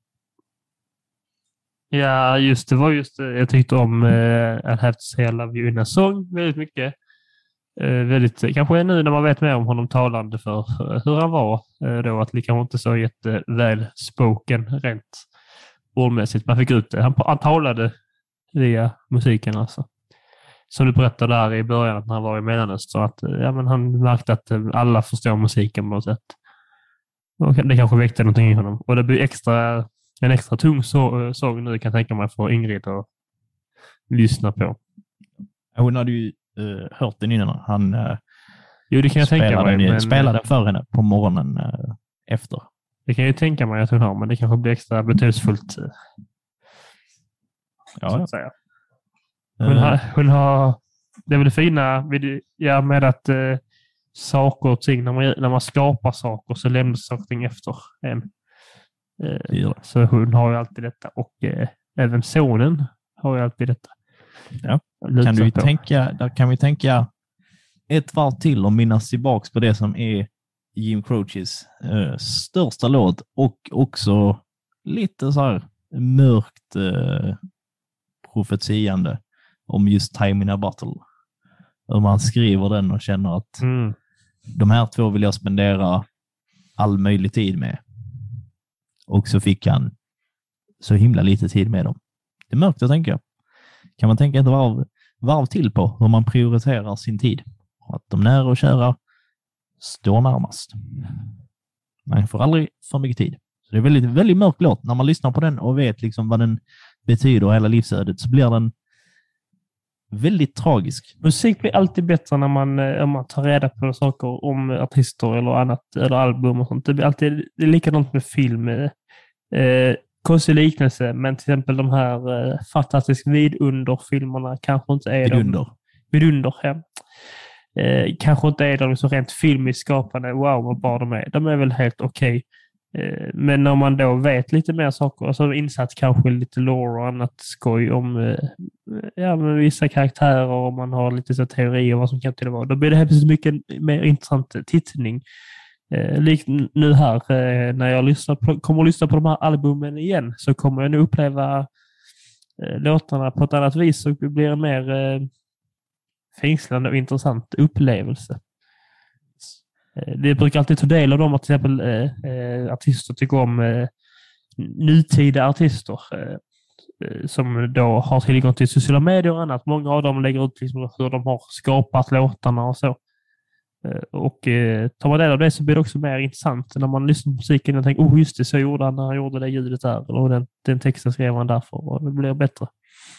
Ja, just det var just det. Jag tyckte om uh, I Have to say I love you in a song väldigt mycket. Uh, väldigt, kanske nu när man vet mer om honom talande för uh, hur han var uh, då, att liksom inte så jätteväl spoken rent ordmässigt. Man fick ut det. Han, han talade via musiken alltså. Som du berättade där i början när han var i Mellanöstern, att ja, men han märkte att alla förstår musiken på något sätt. Och det kanske väckte någonting i honom. Och det blir extra, en extra tung så, sång nu kan jag tänka mig för Ingrid att lyssna på. Hon hade ju uh, hört den innan. Han uh, jo, det kan jag tänka mig. Den, men, spelade den för henne på morgonen uh, efter. Det kan jag ju tänka mig att hon har, men det kanske blir extra betydelsefullt. Uh, ja, så att säga. Hon har, hon har, det är väl det fina med, ja, med att eh, saker och ting, när man, när man skapar saker så lämnas saker och ting efter en. Eh, ja. Så hon har ju alltid detta, och eh, även sonen har ju alltid detta. Ja. Kan du tänka, där kan vi tänka ett varv till och minnas tillbaks på det som är Jim Croces eh, största låt och också lite så här mörkt eh, profetiande om just Time in a Bottle. Hur man skriver den och känner att mm. de här två vill jag spendera all möjlig tid med. Och så fick han så himla lite tid med dem. Det är mörkt att tänka. Kan man tänka ett varv, varv till på hur man prioriterar sin tid. Att de nära och kära står närmast. Man får aldrig för mycket tid. Så det är väldigt, väldigt mörk låt. När man lyssnar på den och vet liksom vad den betyder hela livsödet, så blir den väldigt tragisk. Musik blir alltid bättre när man, om man tar reda på saker om artister eller annat, eller album och sånt. Det blir alltid, det är likadant med film. Eh, konstig liknelse, men till exempel de här eh, fantastiskt vidunderfilmerna kanske inte är Vidunder. de... Vidunder. Ja. Eh, kanske inte är de så rent filmiskt skapande. Wow, vad bra de är. De är väl helt okej. Okay. Men när man då vet lite mer saker, alltså insatt kanske lite lore och annat skoj om ja, med vissa karaktärer, och man har lite så teorier om vad som kan till det vara, då blir det helt mycket mer intressant tittning. Eh, likt nu här, eh, när jag lyssnar på, kommer att lyssna på de här albumen igen, så kommer jag nu uppleva eh, låtarna på ett annat vis, så det blir en mer eh, fängslande och intressant upplevelse. Det brukar alltid ta del av dem att till exempel eh, artister tycker om eh, nutida artister. Eh, som då har tillgång till sociala medier och annat. Många av dem lägger ut liksom hur de har skapat låtarna och så. Och eh, tar man del av det så blir det också mer intressant när man lyssnar på musiken och tänker, oh just det, så gjorde han när han gjorde det ljudet där. Eller den, den texten skrev han därför och det blir bättre.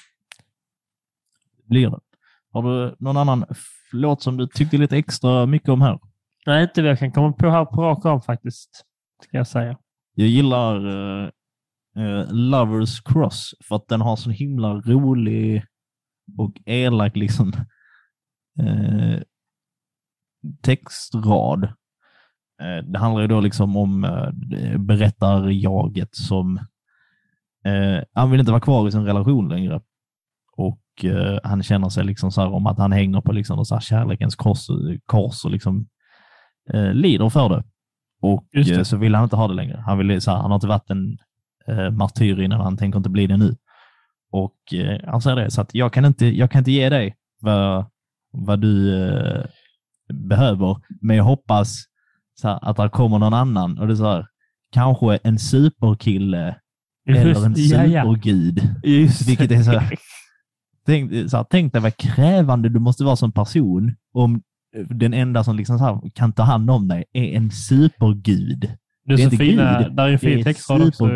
Blir det. Har du någon annan låt som du tyckte lite extra mycket om här? Nej, inte vad jag kan komma på här på rak arm faktiskt, ska jag säga. Jag gillar uh, uh, Lovers Cross för att den har så himla rolig och elak liksom uh, textrad. Uh, det handlar ju då liksom om uh, berättarjaget som uh, han vill inte vara kvar i sin relation längre. Och uh, han känner sig liksom så här om att han hänger på liksom så här kärlekens kors, kors och liksom uh, lider för det. Och uh, så vill han inte ha det längre. Han, vill, så här, han har inte varit en uh, martyr innan, han tänker inte bli det nu. Och uh, han säger det, så att jag kan inte, jag kan inte ge dig vad, vad du uh, behöver, men jag hoppas så här, att det kommer någon annan. Och det är så här, kanske en superkille eller en supergud. Just, vilket är så här, tänk, så här, tänk dig vad krävande du måste vara som person om den enda som liksom så här, kan ta hand om dig är en supergud. Det är, det är så inte fina, gud, där är en fin textrad också.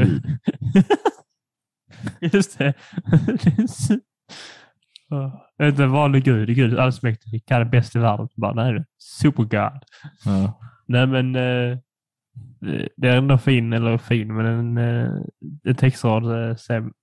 Just det. Det är inte en vanlig gud, det är Gud allsmäktig, kan det bästa i världen. Bara, nej, det är supergud. Ja. Nej, men eh, det är ändå fin, eller fin, men en, eh, en textrad eh, säger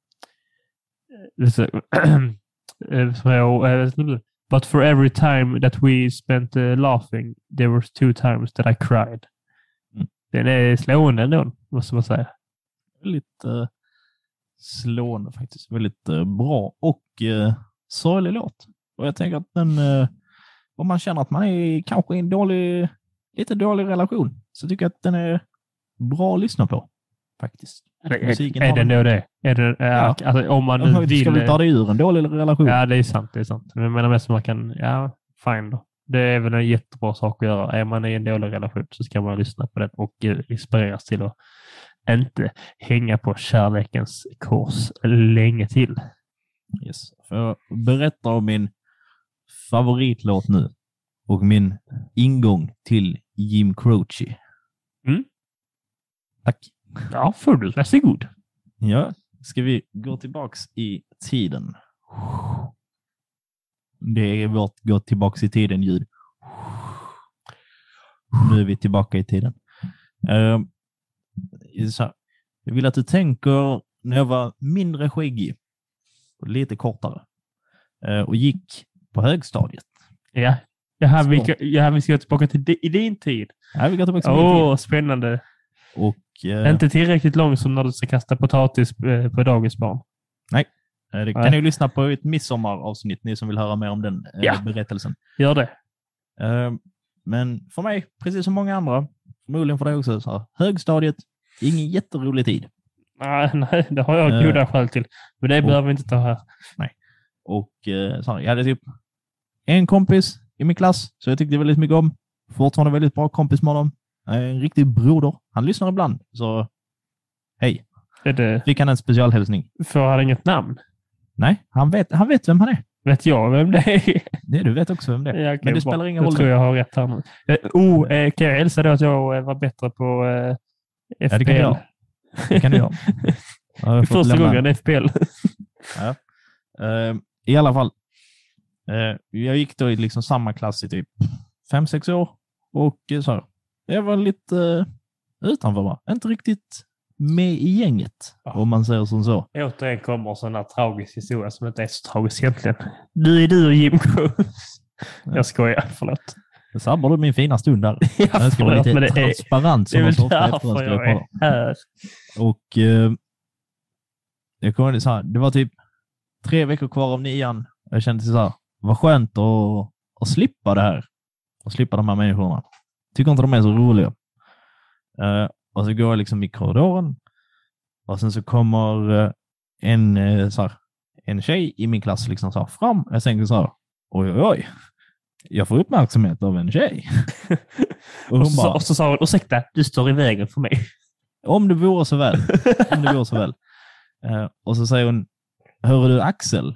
but for every time that we spent uh, laughing, there were two times that I cried. Mm. Den är slående ändå, måste man säga. Väldigt uh, slående faktiskt. Väldigt uh, bra och uh, sorglig låt. Och jag tänker att den, uh, om man känner att man är kanske i en dålig, lite dålig relation, så tycker jag att den är bra att lyssna på. Faktiskt. Är, är, är det då det? Är det ja. Alltså, om man nu vill... Ska vi ta det ur en dålig relation? Ja, det är sant. Det är sant. Men jag menar mest man kan... Ja, fine då. Det är väl en jättebra sak att göra. Är man i en dålig relation så ska man lyssna på den och inspireras till att inte hänga på kärlekens kors länge till. Yes. För jag berättar om min favoritlåt nu och min ingång till Jim Croce. Mm. Tack. Ja, för du. Varsågod. Ja, ska vi gå tillbaks i tiden. Det är vårt gå tillbaks i tiden ljud. Nu är vi tillbaka i tiden. Uh, så här. Jag vill att du tänker när jag var mindre skäggig och lite kortare uh, och gick på högstadiet. Ja, ja vi, ja, vi ska gå tillbaka till di- i din tid. Ja, vi går tillbaka till Åh, din oh, spännande. Och Uh, inte tillräckligt lång som när du ska kasta potatis på dagisbarn. Nej, det kan ni lyssna på ett midsommaravsnitt, ni som vill höra mer om den ja. berättelsen. Gör det. Uh, men för mig, precis som många andra, förmodligen för dig också, så här, högstadiet, ingen jätterolig tid. Nej, nej det har jag uh, goda skäl till. Men det och, behöver vi inte ta här. Nej. Och uh, så här, jag hade typ en kompis i min klass, så jag tyckte väldigt mycket om. Fortfarande väldigt bra kompis med honom. En riktig broder. Han lyssnar ibland. Så hej. Är det... Fick han en specialhälsning. Får han inget namn? Nej, han vet, han vet vem han är. Vet jag vem det är? Nej, du vet också vem det är. Ja, okay, men det spelar ingen roll. Jag tror jag har rätt här nu. Oh, eh, kan jag hälsa då att jag var bättre på eh, F P L? Ja, det kan du göra. Det kan du göra. Första gången F P L. Ja. Uh, I alla fall. Uh, jag gick då i liksom samma klass i typ fem sex år. Och så här. Jag var lite uh, utanför, va? Inte riktigt med i gänget, oh. om man säger som så. Återigen kommer en sån här tragisk historia som inte är så tragisk egentligen. Du är du och Jim Croce. Jag skojar, förlåt. Det sabbar du min fina stund där. Ja, jag ska vara lite transparent. Det är, som det är därför jag är här. Och uh, jag kommer så här, det var typ tre veckor kvar av nian. Jag kände så här, vad skönt att, att slippa det här. Och slippa de här människorna. Tycker inte de är så roliga. Uh, och så går jag liksom i korridoren. Och sen så kommer uh, en, uh, så här, en tjej i min klass liksom så här, fram. Jag tänker så här, oj oj oj. Jag får uppmärksamhet av en tjej. och, och, så, bara, och så sa hon, ursäkta, du står i vägen för mig. Om det vore så väl. Om det vore så väl. Uh, och så säger hon, hör du Axel?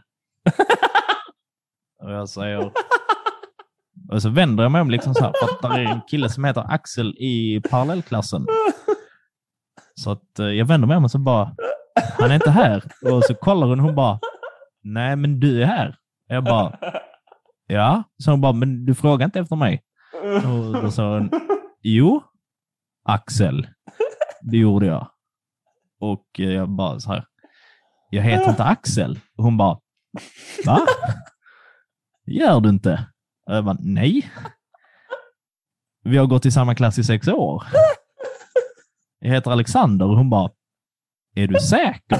Och jag säger... Och så vänder jag mig om liksom så här, för att det är en kille som heter Axel i parallellklassen. Så att eh, jag vänder mig om och så bara, han är inte här. Och så kollar hon och hon bara, nej men du är här. Jag bara, ja. Så hon bara, men du frågar inte efter mig. Och då sa hon, jo, Axel. Det gjorde jag. Och eh, jag bara så här, jag heter inte Axel. Och hon bara, va? Gör du inte? Och jag bara, nej. Vi har gått i samma klass i sex år. Jag heter Alexander. Och hon bara, är du säker?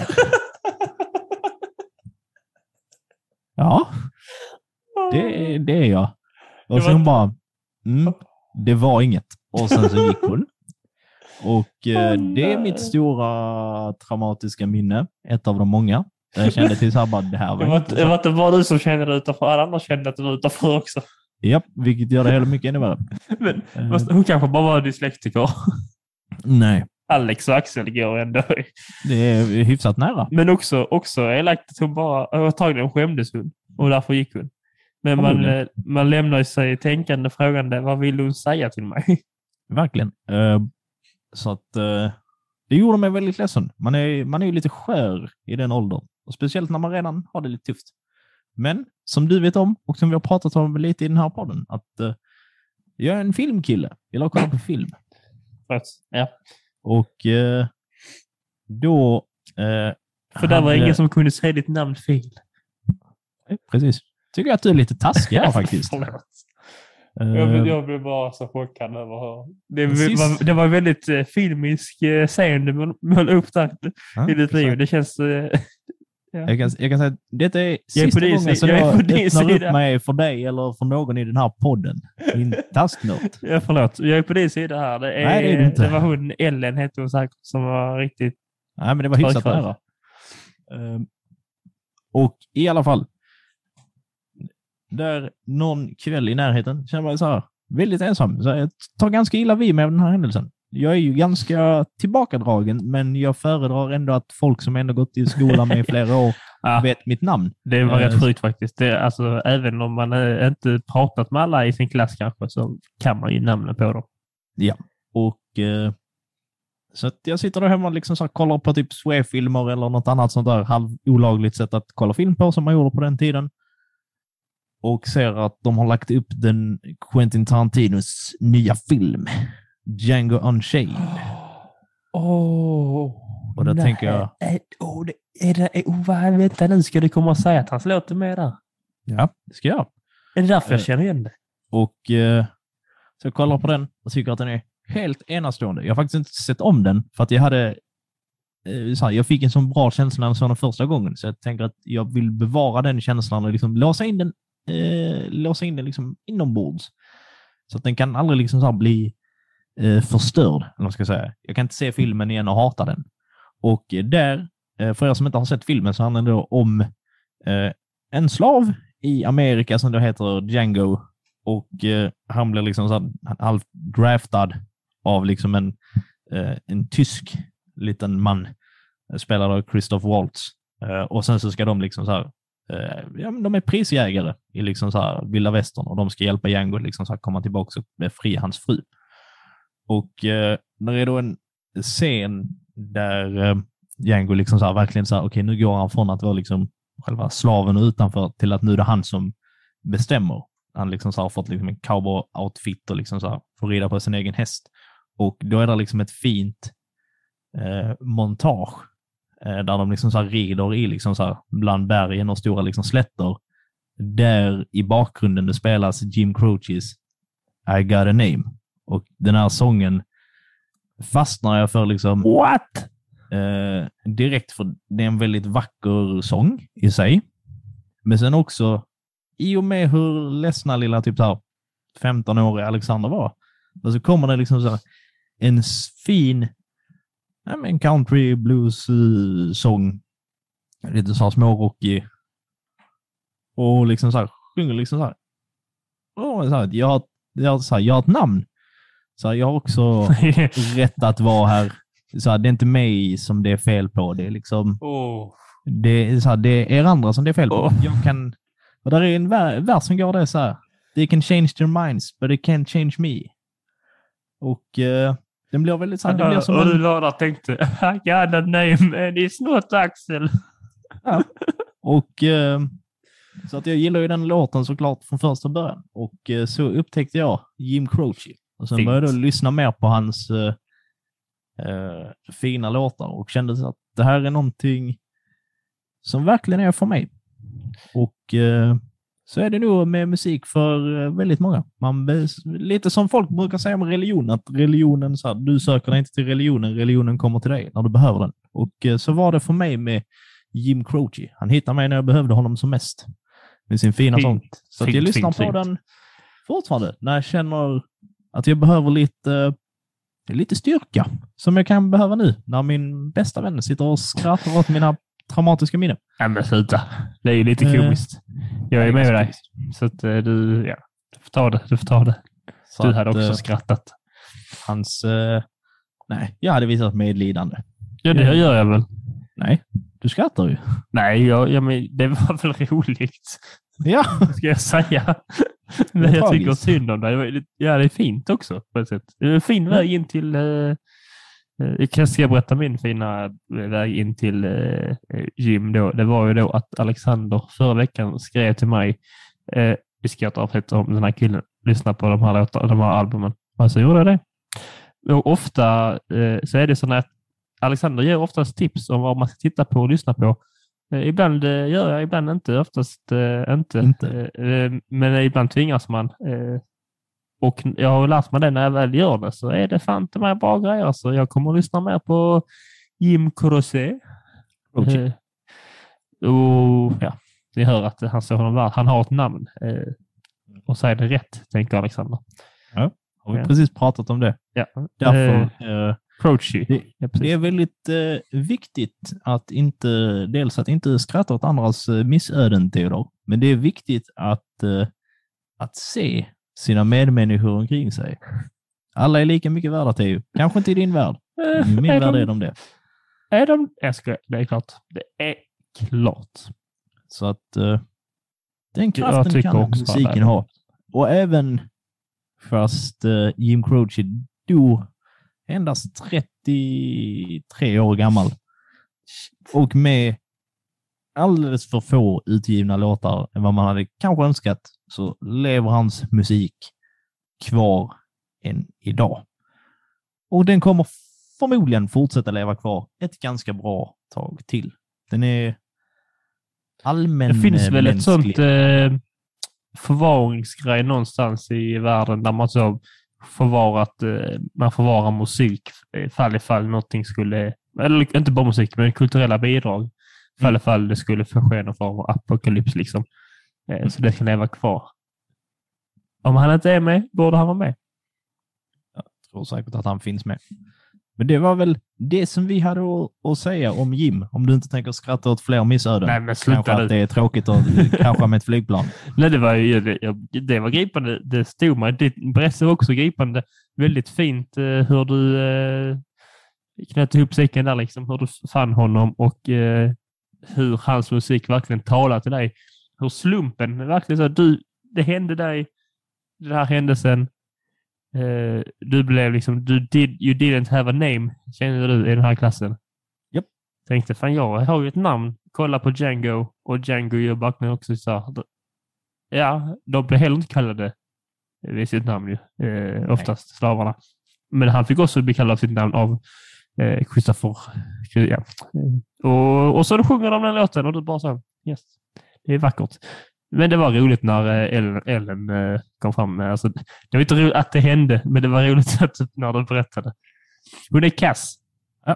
Ja, det, det är jag. Och så hon bara, mm, det var inget. Och sen så gick hon. Och eh, det är mitt stora traumatiska minne. Ett av de många. Jag kände till så här bara, det här var det var, inte det var inte bara du som kände det utanför. Alla andra kände att det var utanför också. Japp, vilket gör det hela mycket ännu värre. Men uh, hon kanske bara var dyslektiker. Nej. Alex och Axel går ändå. Det är hyfsat nära. Men också, också elakt att hon bara, antagligen skämdes hon. Och därför gick hon. Men man, man lämnar sig tänkande frågande, vad vill hon säga till mig? Verkligen. Uh, så att uh, det gjorde mig väldigt ledsen. Man är, man är ju lite skör i den åldern. Och speciellt när man redan har det lite tufft. Men som du vet om, och som vi har pratat om lite i den här podden, att uh, jag är en filmkille. Jag gillar att kolla på film. Ja. Och uh, då... Uh, För där var ingen som kunde säga ditt namn fel. Precis. Tycker jag att du är lite taskig här faktiskt. Uh, jag, blev, jag blev bara så chockad över det. Var, det var väldigt uh, filmisk uh, scen du mål upp där uh, i ditt liv. Det känns... Uh, ja. jag, kan, jag kan säga att detta är sista är gången som jag, jag öppnar sida. upp mig för dig eller för någon i den här podden. Din tasknört. Ja, förlåt. Jag är på din sida här. Det, är, Nej, det, är du inte. Det var hon, Ellen hette hon säkert, som var riktigt... Nej, men det var hyfsat nära. Uh, och i alla fall där någon kväll i närheten känner jag så här väldigt ensam. Så jag tar ganska illa vid med den här händelsen. Jag är ju ganska tillbakadragen, men jag föredrar ändå att folk som ändå gått i skolan med i flera år ja. vet mitt namn. Det var uh, rätt sjukt faktiskt. Det, alltså, även om man uh, inte pratat med alla i sin klass kanske, så kan man ju namnen på dem. Ja, och uh, så att jag sitter där hemma och liksom så här, kollar på typ Sway-filmer eller något annat sånt där halvolagligt sätt att kolla film på som man gjorde på den tiden. Och ser att de har lagt upp den Quentin Tarantinos nya film, Django Unchained. Åh, oh, och då nej. tänker jag... Oh, det, är det, oh, vad, vänta nu, ska du komma och säga att hans låt är med där? Ja, det ska jag. Är det därför jag känner igen det? Och uh, så jag kollar på den och tycker att den är helt enastående. Jag har faktiskt inte sett om den för att jag hade... Uh, så här, jag fick en sån bra känsla när jag såg den första gången. Så jag tänker att jag vill bevara den känslan och liksom låsa in den Eh, låsa in den liksom inombords. Så att den kan aldrig liksom så här bli eh, förstörd, eller vad ska jag säga. Jag kan inte se filmen igen och hata den. Och eh, där, eh, för er som inte har sett filmen, så handlar det då om eh, en slav i Amerika som då heter Django. Och eh, han blir liksom så här, halvt draftad av liksom en, eh, en tysk liten man, spelad av Christoph Waltz. Eh, och sen så ska de liksom så här ja, men de är prisjägare i liksom så här vilda västern och de ska hjälpa Django liksom så här komma tillbaka och befria hans fru. Och eh, när det är då en scen där eh, Django liksom så här verkligen så här, okej, okay, nu går han från att vara liksom själva slaven utanför till att nu är det han som bestämmer. Han liksom så här har fått liksom en cowboy-outfit och liksom så här får rida på sin egen häst. Och då är det liksom ett fint eh, montage där de liksom så här rider i liksom så här bland bergen och stora liksom slätter. Där i bakgrunden det spelas Jim Croce's I Got a Name. Och den här sången fastnar jag för liksom... What? Eh, direkt för det är en väldigt vacker sång i sig. Men sen också i och med hur ledsna lilla typ så här femton-åriga Alexander var. Och så kommer det liksom så här en fin... en country blues uh, sång, lite så här smårockig och liksom så här sjunger liksom så här. Oh, så här jag har jag så här, jag har ett namn. Så här, jag har också rätt att vara här. Så här, det är inte mig som det är fel på, det är liksom oh. Det är, så här, det är er andra som det är fel på. Oh. Jag kan... Och där är en vers som går det så här. They can change their minds, but they can't change me. Och uh, den blir väldigt så här, det blir som och en... du var där och tänkte, I got a name and it's not Axel. Ja. Och uh, så att jag gillar ju den låten såklart från första början. Och uh, så upptäckte jag Jim Croce. Och sen Fint. började jag lyssna mer på hans uh, uh, fina låtar och kände så att det här är någonting som verkligen är för mig. Och uh, så är det nog med musik för uh, väldigt många. Man, lite som folk brukar säga om religion, att religionen, så här, du söker dig inte till religionen, religionen kommer till dig när du behöver den. Och uh, så var det för mig med Jim Croce. Han hittade mig när jag behövde honom som mest. Med sin fina fint, sång. Så fint, att jag lyssnar fint, på fint. den fortfarande. När jag känner att jag behöver lite, lite styrka. Som jag kan behöva nu. När min bästa vän sitter och skrattar åt mina traumatiska minnen. Ja, men sluta. Det är ju lite Eh, komiskt. Jag är med dig. Så att eh, du, ja, du får ta det. Du får ta det. Så du att, hade också eh, skrattat. Hans... Eh, nej, jag hade visat medlidande. Ja, det gör jag väl. Nej, du skrattar ju. Nej, jag, jag men, det var väl roligt. Ja. Ska jag säga. Men jag tragiskt. tycker synd om det. Ja, det är fint också på ett sätt. Det är en fin väg in till... Eh, jag kan ska berätta min fina väg in till eh, gym då. Det var ju då att Alexander förra veckan skrev till mig. Eh, vi ska ta avsnitt om den här killen. Lyssna på de här låtarna, de här albumen. Och så gjorde jag det. Och ofta eh, så är det så att Alexander ger oftast tips om vad man ska titta på och lyssna på. Eh, ibland eh, gör jag, ibland inte. Oftast eh, inte. Inte. Eh, men ibland tvingas man. Eh, och jag har lärt mig det när jag väl gör det. Så är det fan inte mer bra grejer. Så jag kommer att lyssna mer på Jim Croce. Okay. Eh, och ja, ni hör att han, så honom, han har ett namn. Eh, och säger det rätt, tänker Alexander. Ja, har vi ja. precis pratat om det. Ja. Därför... Eh, Eh, Croce. Det, ja, det är väldigt eh, viktigt att inte, dels att inte skratta åt andras eh, missöden, Theodor, men det är viktigt att, eh, att se sina medmänniskor omkring sig. Alla är lika mycket värda, Theo. Kanske inte i din värld. Eh, I min är värld de, är de det. Är de... Jag ska, det är klart. Det är klart. Så att eh, den Jag kraften tycker kan också musiken det. ha. Och även fast eh, Jim Croce dog endast trettiotre år gammal och med alldeles för få utgivna låtar än vad man hade kanske önskat, så lever hans musik kvar än idag. Och den kommer förmodligen fortsätta leva kvar ett ganska bra tag till. Den är allmän. Det finns väl mänsklig. ett sånt eh, förvaringsgrej någonstans i världen där man så förvarat, eh, man förvarar musik fall ifall någonting skulle, eller inte bara musik, men kulturella bidrag fall Mm. ifall det skulle få ske någon form av apokalyps liksom. Eh, så det kan leva kvar. Om han inte är med, borde han vara med. Jag tror säkert att han finns med. Men det var väl det som vi hade att, att säga om Jim. Om du inte tänker skratta åt fler missöden. Nej, men sluta Kanske nu. att det är tråkigt att krascha med ett flygplan. Nej, det var ju det, det var gripande. Det stod mig. Ditt intresse var också gripande. Väldigt fint eh, hur du eh, knöt ihop säcken där liksom. Hur du fann honom och eh, hur hans musik verkligen talar till dig. Hur slumpen verkligen så. Du, det hände dig. Den här händelsen. Eh, du blev liksom, du did, you didn't have a name, kände du i den här klassen? Japp. Tänkte, fan jag har ju ett namn. Kolla på Django. Och Django gör bakom också så här. Ja, de blev heller inte kallade vid sitt namn ju. Eh, oftast Nej. slavarna. Men han fick också bli kallad sitt namn av eh, Christopher. Ja. Och, och så sjunger de den låten och du bara så, yes. Det är vackert. Men det var roligt när Ellen, Ellen uh, kom fram. Alltså, det var inte roligt att det hände, men det var roligt att, när de berättade. Hon är kass. Ja.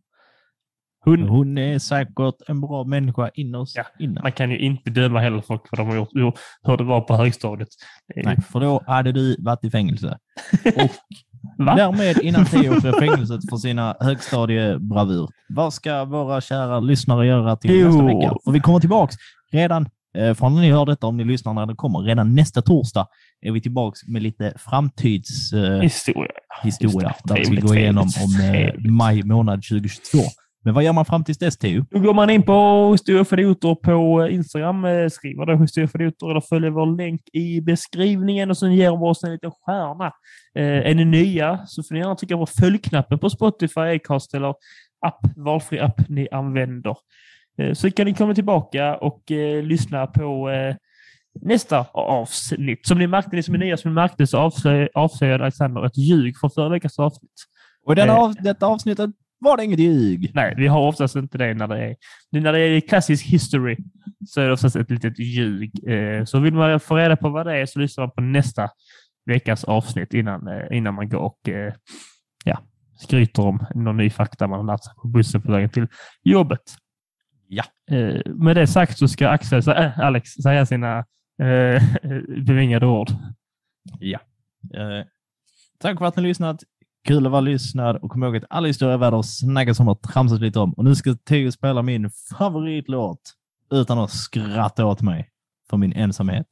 Hon, Hon är säkert en bra människa innerst ja, inne. Man kan ju inte döma heller folk för de har gjort, hur det var på högstadiet. Nej, för då hade du varit i fängelse. Och Va? därmed innan Theo får fängelset för sina högstadiebravur. Vad ska våra kära lyssnare göra till jo. nästa vecka? För vi kommer tillbaks redan från när ni hör detta, om ni lyssnar när det kommer, redan nästa torsdag är vi tillbaks med lite framtidshistoria. Uh, historia. historia, där vi ska gå igenom om uh, maj månad tjugohundratjugotvå. Men vad gör man fram tills dess, Theo? Då går man in på Historia för idioter på Instagram, skriver då Historia för idioter eller följer vår länk i beskrivningen och sen ger vi oss en liten stjärna. Eh, är ni nya så får ni gärna trycka på följknappen på Spotify, Acast eller app, valfri app ni använder. Eh, så kan ni komma tillbaka och eh, lyssna på eh, nästa avsnitt. Som ni märkte, ni som är nya som ni märkte så avslöjade avslöj Alexander ett ljug från förra veckans avsnitt. Och i denna eh, av, detta avsnittet var det inget ljug. Nej, vi har oftast inte det när det är när det är klassisk history så är det oftast ett litet ljug. Eh, så vill man få reda på vad det är så lyssnar man på nästa veckas avsnitt innan, eh, innan man går och eh, ja, skryter om någon ny fakta man har lärt sig på bussen på vägen till jobbet. Ja. Eh, med det sagt så ska Axel, äh, Alex säga sina eh, bevingade ord. Ja. Eh, tack för att ni lyssnat. Kul att vara lyssnad och kom ihåg att alla historier är värda att snacka som och tramsas lite om. Och nu ska Theo spela min favoritlåt utan att skratta åt mig för min ensamhet.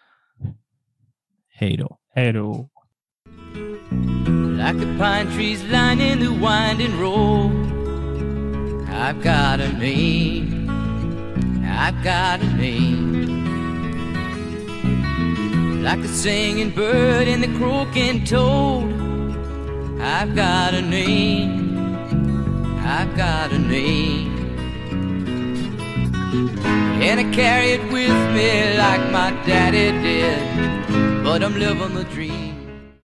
Hej då. Hej då. Like the pine trees lining the winding road, I've got a name, I've got a name. Like the singing bird and the croaking toad, I've got a name, I've got a name. And I carry it with me like my daddy did, but I'm living the dream.